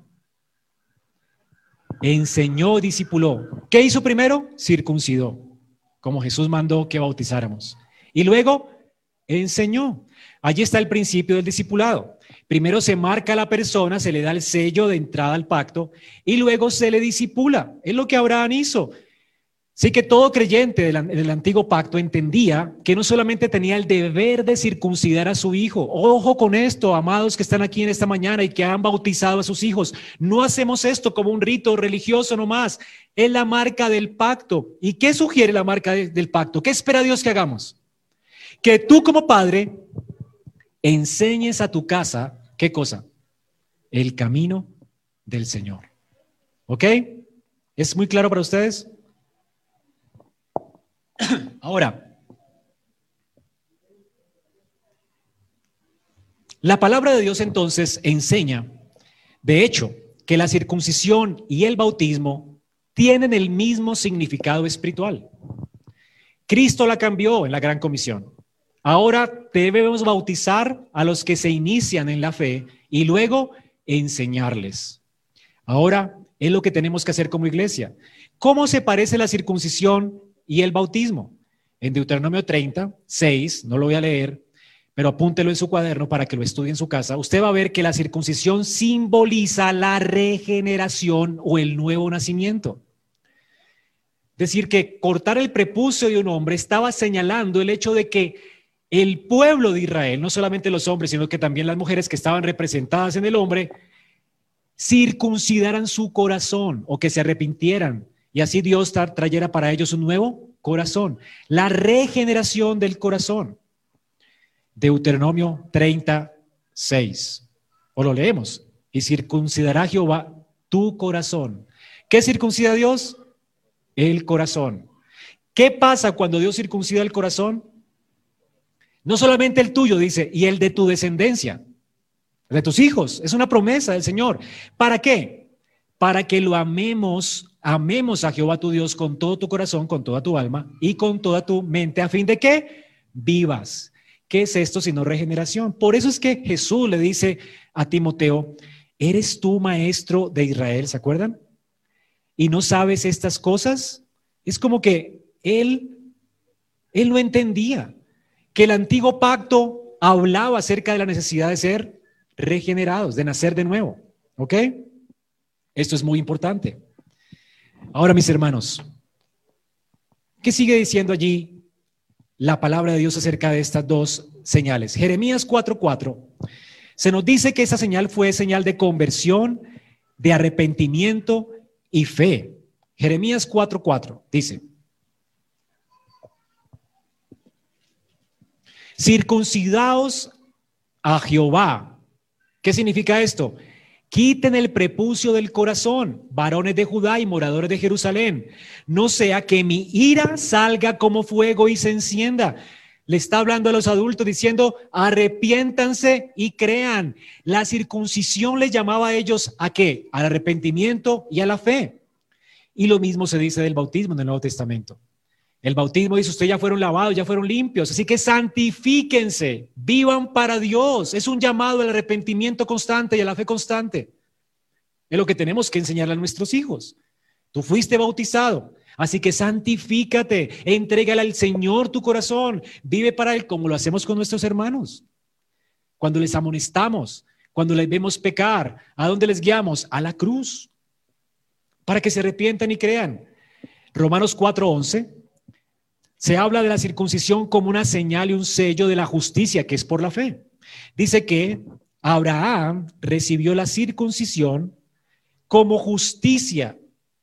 Enseñó, discipuló. ¿Qué hizo primero? Circuncidó, como Jesús mandó que bautizáramos. Y luego enseñó. Allí está el principio del discipulado. Primero se marca a la persona, se le da el sello de entrada al pacto y luego se le discipula. Es lo que Abraham hizo. Así que todo creyente del antiguo pacto entendía que no solamente tenía el deber de circuncidar a su hijo. Ojo con esto, amados que están aquí en esta mañana y que han bautizado a sus hijos. No hacemos esto como un rito religioso nomás. Es la marca del pacto. ¿Y qué sugiere la marca del pacto? ¿Qué espera Dios que hagamos? Que tú como padre enseñes a tu casa, ¿qué cosa? El camino del Señor. ¿Ok? ¿Es muy claro para ustedes? Ahora, la palabra de Dios entonces enseña, de hecho, que la circuncisión y el bautismo tienen el mismo significado espiritual. Cristo la cambió en la Gran Comisión. Ahora debemos bautizar a los que se inician en la fe y luego enseñarles. Ahora, es lo que tenemos que hacer como iglesia. ¿Cómo se parece la circuncisión y el bautismo? En Deuteronomio 30:6, no lo voy a leer, pero apúntelo en su cuaderno para que lo estudie en su casa. Usted va a ver que la circuncisión simboliza la regeneración o el nuevo nacimiento. Es decir, que cortar el prepucio de un hombre estaba señalando el hecho de que el pueblo de Israel, no solamente los hombres, sino que también las mujeres que estaban representadas en el hombre, circuncidaran su corazón o que se arrepintieran y así Dios trayera para ellos un nuevo corazón. La regeneración del corazón. Deuteronomio 30:6. O lo leemos. Y circuncidará Jehová tu corazón. ¿Qué circuncida Dios? El corazón. ¿Qué pasa cuando Dios circuncida el corazón? No solamente el tuyo, dice, y el de tu descendencia, de tus hijos. Es una promesa del Señor. ¿Para qué? Para que lo amemos a Jehová tu Dios con todo tu corazón, con toda tu alma y con toda tu mente, a fin de que vivas. ¿Qué es esto sino regeneración? Por eso es que Jesús le dice a Timoteo, ¿eres tú maestro de Israel? ¿Se acuerdan? ¿Y no sabes estas cosas? Es como que él no entendía que el antiguo pacto hablaba acerca de la necesidad de ser regenerados, de nacer de nuevo. ¿Ok? Esto es muy importante. Ahora, mis hermanos, ¿qué sigue diciendo allí la palabra de Dios acerca de estas dos señales? Jeremías 4:4 se nos dice que esa señal fue señal de conversión, de arrepentimiento y fe. Jeremías 4:4 dice: circuncidaos a Jehová. ¿Qué significa esto? Quiten el prepucio del corazón, varones de Judá y moradores de Jerusalén, no sea que mi ira salga como fuego y se encienda. Le está hablando a los adultos diciendo, arrepiéntanse y crean. La circuncisión les llamaba a ellos ¿a qué? Al arrepentimiento y a la fe. Y lo mismo se dice del bautismo en el Nuevo Testamento. El bautismo dice, ustedes ya fueron lavados, ya fueron limpios, así que santifíquense, vivan para Dios. Es un llamado al arrepentimiento constante y a la fe constante. Es lo que tenemos que enseñarle a nuestros hijos. Tú fuiste bautizado, así que santifícate, entrégale al Señor tu corazón, vive para Él como lo hacemos con nuestros hermanos. Cuando les amonestamos, cuando les vemos pecar, ¿a dónde les guiamos? A la cruz, para que se arrepientan y crean. Romanos 4:11. Se habla de la circuncisión como una señal y un sello de la justicia que es por la fe. Dice que Abraham recibió la circuncisión como justicia.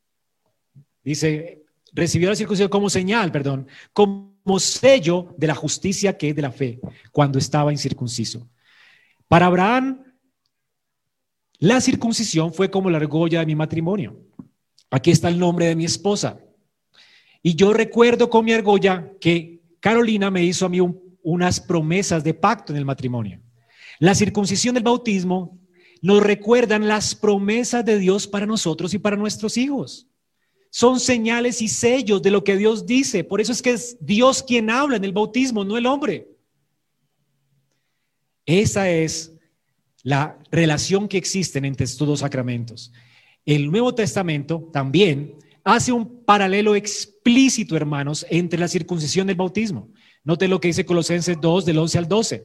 Dice, recibió la circuncisión como señal, como sello de la justicia que es de la fe, cuando estaba incircunciso. Para Abraham, la circuncisión fue como la argolla de mi matrimonio. Aquí está el nombre de mi esposa. Y yo recuerdo con mi argolla que Carolina me hizo a mí unas promesas de pacto en el matrimonio. La circuncisión del bautismo nos recuerdan las promesas de Dios para nosotros y para nuestros hijos. Son señales y sellos de lo que Dios dice. Por eso es que es Dios quien habla en el bautismo, no el hombre. Esa es la relación que existe entre estos dos sacramentos. El Nuevo Testamento también hace un paralelo explícito, hermanos, entre la circuncisión y el bautismo. Note lo que dice Colosenses 2, del 11 al 12.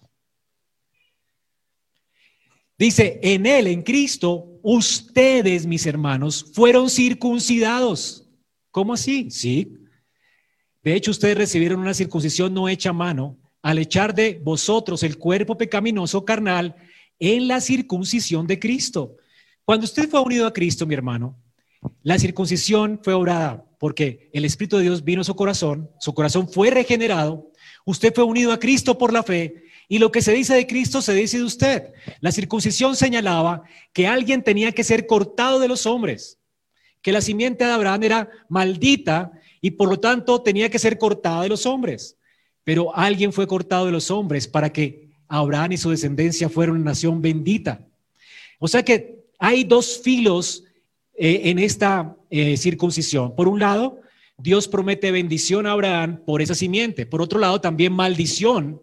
Dice, en Él, en Cristo, ustedes, mis hermanos, fueron circuncidados. ¿Cómo así? Sí. De hecho, ustedes recibieron una circuncisión no hecha a mano al echar de vosotros el cuerpo pecaminoso carnal en la circuncisión de Cristo. Cuando usted fue unido a Cristo, mi hermano, la circuncisión fue obrada porque el Espíritu de Dios vino a su corazón fue regenerado, usted fue unido a Cristo por la fe y lo que se dice de Cristo se dice de usted. La circuncisión señalaba que alguien tenía que ser cortado de los hombres, que la simiente de Abraham era maldita y por lo tanto tenía que ser cortada de los hombres, pero alguien fue cortado de los hombres para que Abraham y su descendencia fueran una nación bendita. O sea que hay dos filos en esta circuncisión. Por un lado, Dios promete bendición a Abraham por esa simiente. Por otro lado, también maldición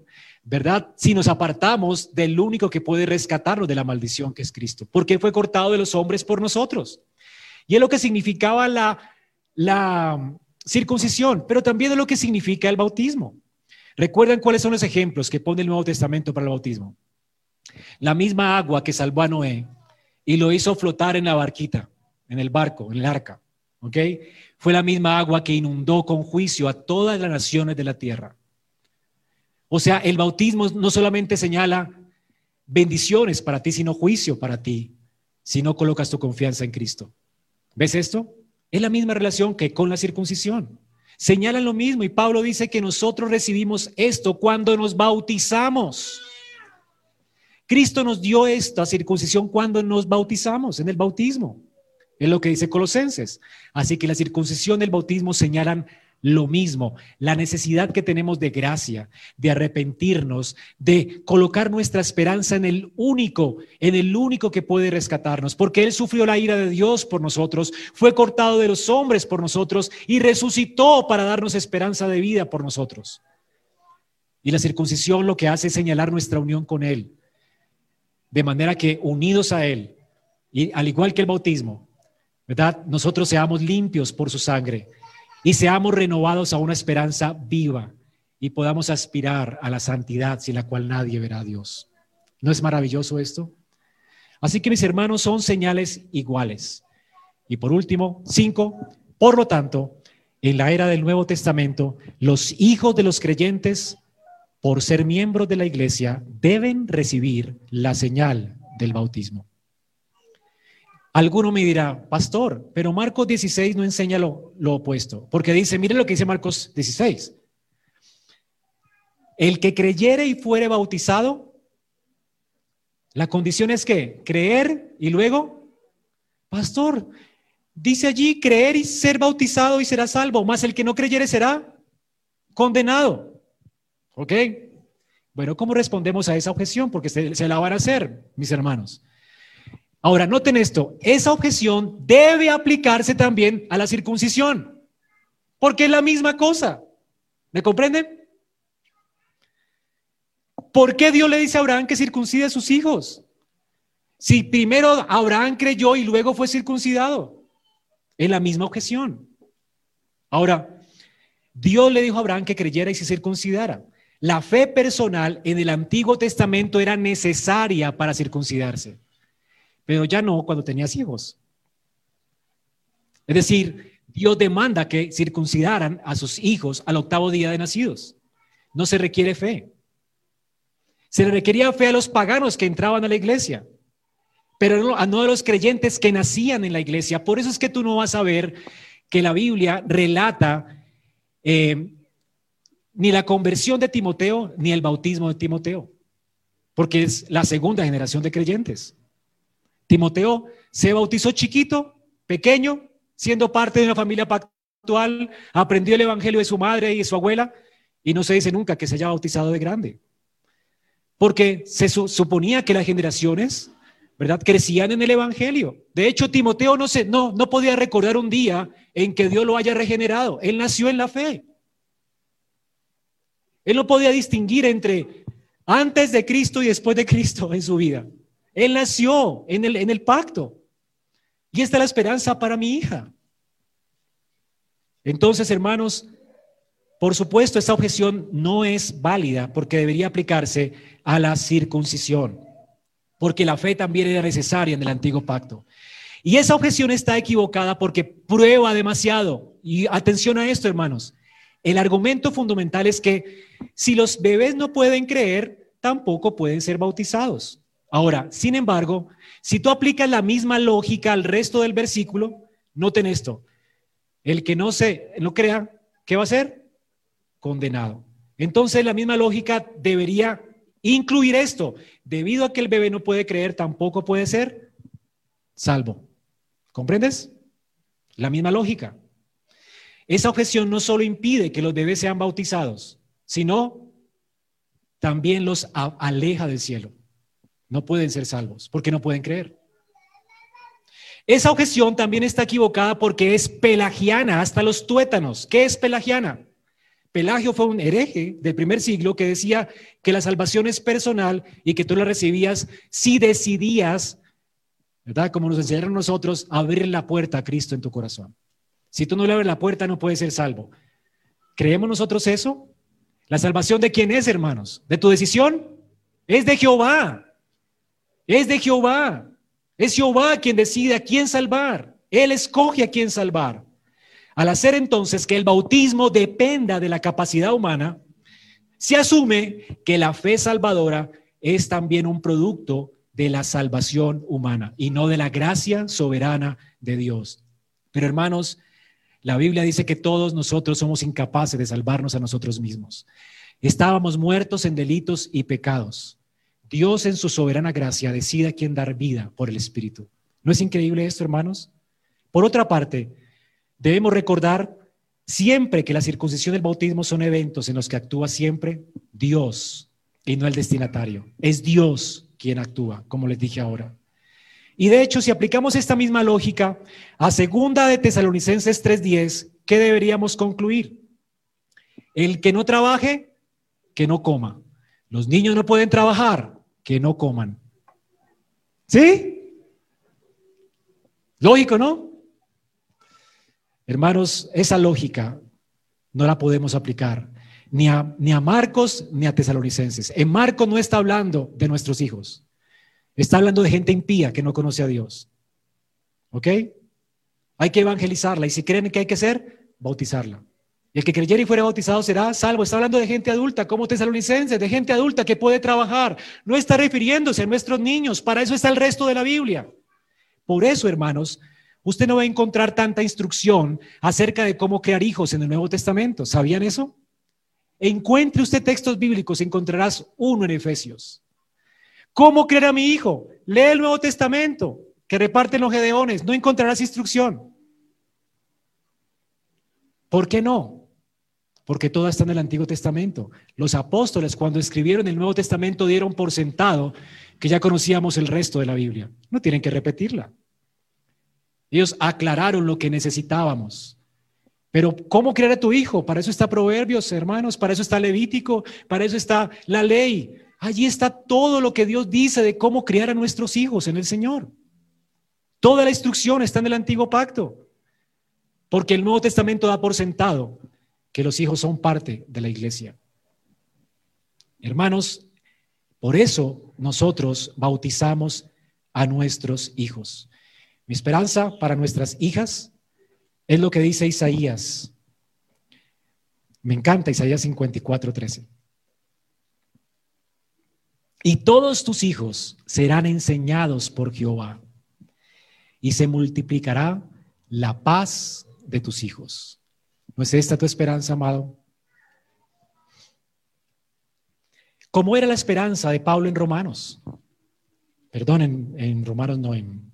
¿verdad? Si nos apartamos del único que puede rescatarnos de la maldición, que es Cristo, porque fue cortado de los hombres por nosotros. Y es lo que significaba la circuncisión, pero también es lo que significa el bautismo. ¿Recuerdan cuáles son los ejemplos que pone el Nuevo Testamento para el bautismo? La misma agua que salvó a Noé y lo hizo flotar en la barquita, en el barco, en el arca, ¿ok? Fue la misma agua que inundó con juicio a todas las naciones de la tierra. O sea, el bautismo no solamente señala bendiciones para ti, sino juicio para ti, si no colocas tu confianza en Cristo. ¿Ves esto? Es la misma relación que con la circuncisión. Señalan lo mismo y Pablo dice que nosotros recibimos esto cuando nos bautizamos. Cristo nos dio esta circuncisión cuando nos bautizamos, en el bautismo. Es lo que dice Colosenses. Así que la circuncisión y el bautismo señalan lo mismo, la necesidad que tenemos de gracia, de arrepentirnos, de colocar nuestra esperanza en el único que puede rescatarnos, porque Él sufrió la ira de Dios por nosotros, fue cortado de los hombres por nosotros y resucitó para darnos esperanza de vida por nosotros. Y la circuncisión lo que hace es señalar nuestra unión con Él, de manera que unidos a Él, y al igual que el bautismo, ¿verdad? Nosotros seamos limpios por su sangre y seamos renovados a una esperanza viva y podamos aspirar a la santidad sin la cual nadie verá a Dios. ¿No es maravilloso esto? Así que mis hermanos, son señales iguales. Y por último, 5, por lo tanto, en la era del Nuevo Testamento, los hijos de los creyentes, por ser miembros de la iglesia, deben recibir la señal del bautismo. Alguno me dirá, pastor, pero Marcos 16 no enseña lo opuesto, porque dice, miren lo que dice Marcos 16. El que creyere y fuere bautizado, la condición es que creer y luego, pastor, dice allí creer y ser bautizado y será salvo, más el que no creyere será condenado. ¿Ok? Bueno, ¿cómo respondemos a esa objeción? Porque se la van a hacer, mis hermanos. Ahora, noten esto, esa objeción debe aplicarse también a la circuncisión, porque es la misma cosa. ¿Me comprenden? ¿Por qué Dios le dice a Abraham que circuncide a sus hijos? Si primero Abraham creyó y luego fue circuncidado, es la misma objeción. Ahora, Dios le dijo a Abraham que creyera y se circuncidara. La fe personal en el Antiguo Testamento era necesaria para circuncidarse, pero ya no cuando tenías hijos. Es decir, Dios demanda que circuncidaran a sus hijos al 8º día de nacidos. No se requiere fe. Se le requería fe a los paganos que entraban a la iglesia, pero no a los creyentes que nacían en la iglesia. Por eso es que tú no vas a ver que la Biblia relata ni la conversión de Timoteo ni el bautismo de Timoteo, porque es la segunda generación de creyentes. Timoteo se bautizó chiquito, pequeño, siendo parte de una familia pactual, aprendió el evangelio de su madre y de su abuela, y no se dice nunca que se haya bautizado de grande, porque se suponía que las generaciones, ¿verdad?, crecían en el evangelio. De hecho, Timoteo no podía recordar un día en que Dios lo haya regenerado. Él nació en la fe. Él no podía distinguir entre antes de Cristo y después de Cristo en su vida. Él nació en el pacto. Y esta es la esperanza para mi hija. Entonces, hermanos, por supuesto, esta objeción no es válida porque debería aplicarse a la circuncisión, porque la fe también era necesaria en el antiguo pacto. Y esa objeción está equivocada porque prueba demasiado. Y atención a esto, hermanos. El argumento fundamental es que si los bebés no pueden creer, tampoco pueden ser bautizados. Ahora, sin embargo, si tú aplicas la misma lógica al resto del versículo, noten esto. El que no crea, ¿qué va a hacer? Condenado. Entonces, la misma lógica debería incluir esto. Debido a que el bebé no puede creer, tampoco puede ser salvo. ¿Comprendes? La misma lógica. Esa objeción no solo impide que los bebés sean bautizados, sino también los aleja del cielo. No pueden ser salvos porque no pueden creer. Esa objeción también está equivocada porque es pelagiana hasta los tuétanos. ¿Qué es pelagiana? Pelagio fue un hereje del primer siglo que decía que la salvación es personal y que tú la recibías si decidías, ¿verdad? Como nos enseñaron nosotros, abrir la puerta a Cristo en tu corazón. Si tú no le abres la puerta, no puedes ser salvo. ¿Creemos nosotros eso? ¿La salvación de quién es, hermanos? ¿De tu decisión? Es de Jehová. Es de Jehová. Es Jehová quien decide a quién salvar. Él escoge a quién salvar. Al hacer entonces que el bautismo dependa de la capacidad humana, se asume que la fe salvadora es también un producto de la salvación humana y no de la gracia soberana de Dios. Pero hermanos, la Biblia dice que todos nosotros somos incapaces de salvarnos a nosotros mismos. Estábamos muertos en delitos y pecados. Dios en su soberana gracia decide a quién dar vida por el Espíritu. ¿No es increíble esto, hermanos? Por otra parte, debemos recordar siempre que la circuncisión y el bautismo son eventos en los que actúa siempre Dios y no el destinatario. Es Dios quien actúa, como les dije ahora. Y de hecho, si aplicamos esta misma lógica a 2 de Tesalonicenses 3:10, ¿qué deberíamos concluir? El que no trabaje, que no coma. Los niños no pueden trabajar, que no coman. ¿Sí? Lógico, ¿no? Hermanos, esa lógica no la podemos aplicar ni a Marcos ni a Tesalonicenses. En Marcos no está hablando de nuestros hijos. Está hablando de gente impía que no conoce a Dios. ¿Ok? Hay que evangelizarla y si creen que hay que hacer, bautizarla. Y el que creyere y fuera bautizado será salvo. Está hablando de gente adulta, como Tesalonicenses, de gente adulta que puede trabajar. No está refiriéndose a nuestros niños. Para eso está el resto de la Biblia. Por eso, hermanos, usted no va a encontrar tanta instrucción acerca de cómo crear hijos en el Nuevo Testamento. ¿Sabían eso? Encuentre usted textos bíblicos, encontrarás uno en Efesios. ¿Cómo crear a mi hijo? Lee el Nuevo Testamento, que reparten los gedeones. No encontrarás instrucción. ¿Por qué no? Porque todo está en el Antiguo Testamento. Los apóstoles, cuando escribieron el Nuevo Testamento, dieron por sentado que ya conocíamos el resto de la Biblia. No tienen que repetirla. Ellos aclararon lo que necesitábamos. Pero ¿cómo crear a tu hijo? Para eso está Proverbios, hermanos, para eso está Levítico, para eso está la ley. Allí está todo lo que Dios dice de cómo criar a nuestros hijos en el Señor. Toda la instrucción está en el Antiguo Pacto. Porque el Nuevo Testamento da por sentado que los hijos son parte de la iglesia. Hermanos, por eso nosotros bautizamos a nuestros hijos. Mi esperanza para nuestras hijas es lo que dice Isaías. Me encanta Isaías 54:13. Y todos tus hijos serán enseñados por Jehová, y se multiplicará la paz de tus hijos. ¿No es esta tu esperanza, amado? ¿Cómo era la esperanza de Pablo en Romanos? Perdón, en Romanos no, en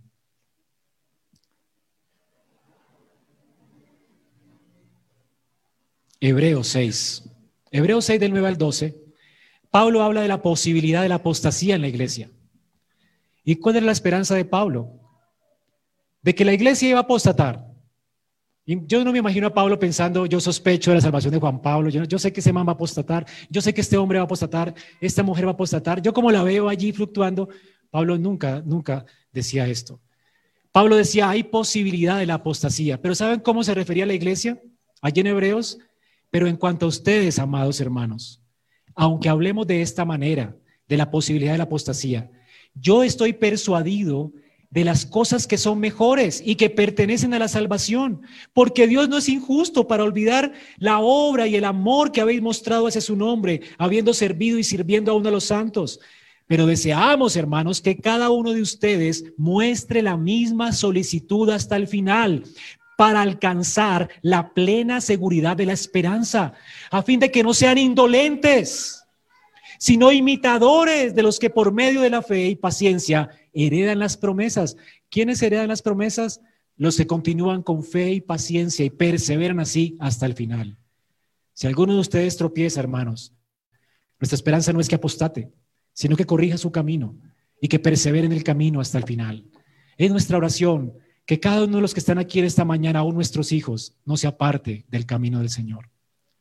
Hebreos 6. Hebreos 6 del 9 al 12. Pablo habla de la posibilidad de la apostasía en la iglesia. ¿Y cuál era la esperanza de Pablo? De que la iglesia iba a apostatar. Y yo no me imagino a Pablo pensando, yo sospecho de la salvación de Juan Pablo, yo sé que ese man va a apostatar, yo sé que este hombre va a apostatar, esta mujer va a apostatar. Yo como la veo allí fluctuando, Pablo nunca decía esto. Pablo decía, hay posibilidad de la apostasía. Pero ¿saben cómo se refería a la iglesia? Allí en Hebreos. Pero en cuanto a ustedes, amados hermanos, aunque hablemos de esta manera, de la posibilidad de la apostasía, yo estoy persuadido de las cosas que son mejores y que pertenecen a la salvación, porque Dios no es injusto para olvidar la obra y el amor que habéis mostrado hacia su nombre, habiendo servido y sirviendo a uno de los santos. Pero deseamos, hermanos, que cada uno de ustedes muestre la misma solicitud hasta el final, para alcanzar la plena seguridad de la esperanza, a fin de que no sean indolentes, sino imitadores de los que por medio de la fe y paciencia heredan las promesas. ¿Quiénes heredan las promesas? Los que continúan con fe y paciencia y perseveran así hasta el final. Si alguno de ustedes tropieza, hermanos, nuestra esperanza no es que apostate, sino que corrija su camino y que persevere en el camino hasta el final. Es nuestra oración que cada uno de los que están aquí en esta mañana, aún nuestros hijos, no se aparte del camino del Señor.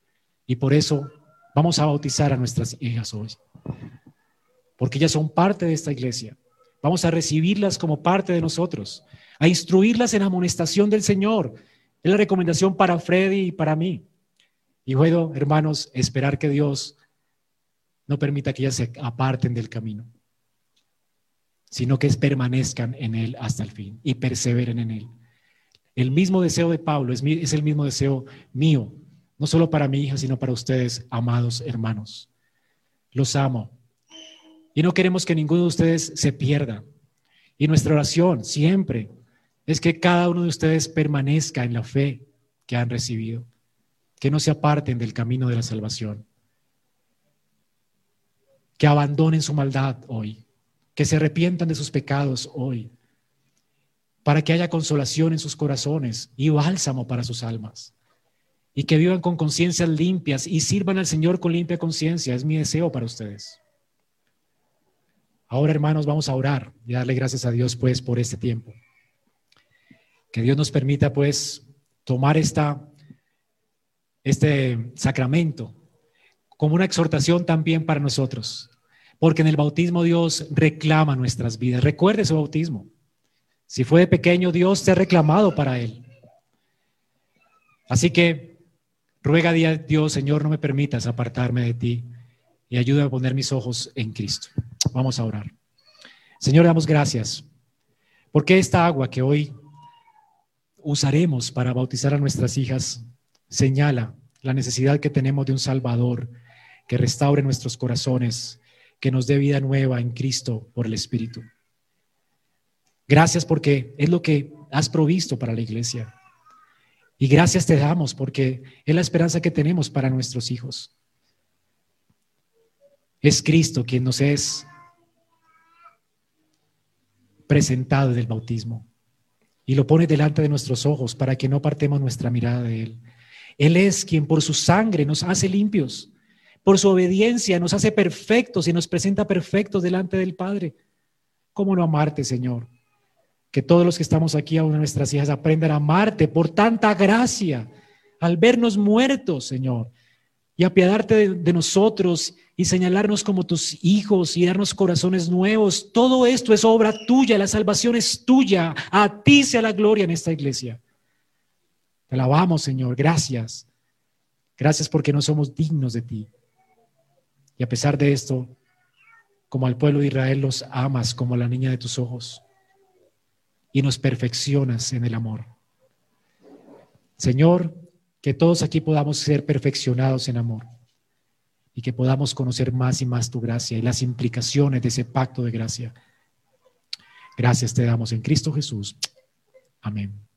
Y por eso vamos a bautizar a nuestras hijas hoy, porque ellas son parte de esta iglesia. Vamos a recibirlas como parte de nosotros, a instruirlas en la amonestación del Señor. Es la recomendación para Freddy y para mí. Y puedo, hermanos, esperar que Dios no permita que ellas se aparten del camino, sino que permanezcan en Él hasta el fin y perseveren en Él. El mismo deseo de Pablo es el mismo deseo mío, no solo para mi hija, sino para ustedes, amados hermanos. Los amo. Y no queremos que ninguno de ustedes se pierda. Y nuestra oración siempre es que cada uno de ustedes permanezca en la fe que han recibido, que no se aparten del camino de la salvación, que abandonen su maldad hoy, que se arrepientan de sus pecados hoy, para que haya consolación en sus corazones y bálsamo para sus almas, y que vivan con conciencias limpias y sirvan al Señor con limpia conciencia. Es mi deseo para ustedes. Ahora, hermanos, vamos a orar y darle gracias a Dios, pues, por este tiempo. Que Dios nos permita, pues, tomar este sacramento como una exhortación también para nosotros, porque en el bautismo Dios reclama nuestras vidas. Recuerde su bautismo. Si fue de pequeño, Dios te ha reclamado para Él. Así que ruega a Dios, Señor, no me permitas apartarme de ti y ayúdame a poner mis ojos en Cristo. Vamos a orar. Señor, damos gracias porque esta agua que hoy usaremos para bautizar a nuestras hijas señala la necesidad que tenemos de un Salvador que restaure nuestros corazones, que nos dé vida nueva en Cristo por el Espíritu. Gracias porque es lo que has provisto para la iglesia. Y gracias te damos porque es la esperanza que tenemos para nuestros hijos. Es Cristo quien nos es presentado en el bautismo y lo pone delante de nuestros ojos para que no apartemos nuestra mirada de Él. Él es quien por su sangre nos hace limpios, por su obediencia nos hace perfectos y nos presenta perfectos delante del Padre. ¿Cómo no amarte, Señor? Que todos los que estamos aquí, aún nuestras hijas, aprendan a amarte por tanta gracia, al vernos muertos, Señor, y apiadarte de nosotros y señalarnos como tus hijos y darnos corazones nuevos. Todo esto es obra tuya, la salvación es tuya. A ti sea la gloria en esta iglesia. Te alabamos, Señor, gracias. Gracias porque no somos dignos de ti. Y a pesar de esto, como al pueblo de Israel, los amas como a la niña de tus ojos y nos perfeccionas en el amor. Señor, que todos aquí podamos ser perfeccionados en amor y que podamos conocer más y más tu gracia y las implicaciones de ese pacto de gracia. Gracias te damos en Cristo Jesús. Amén.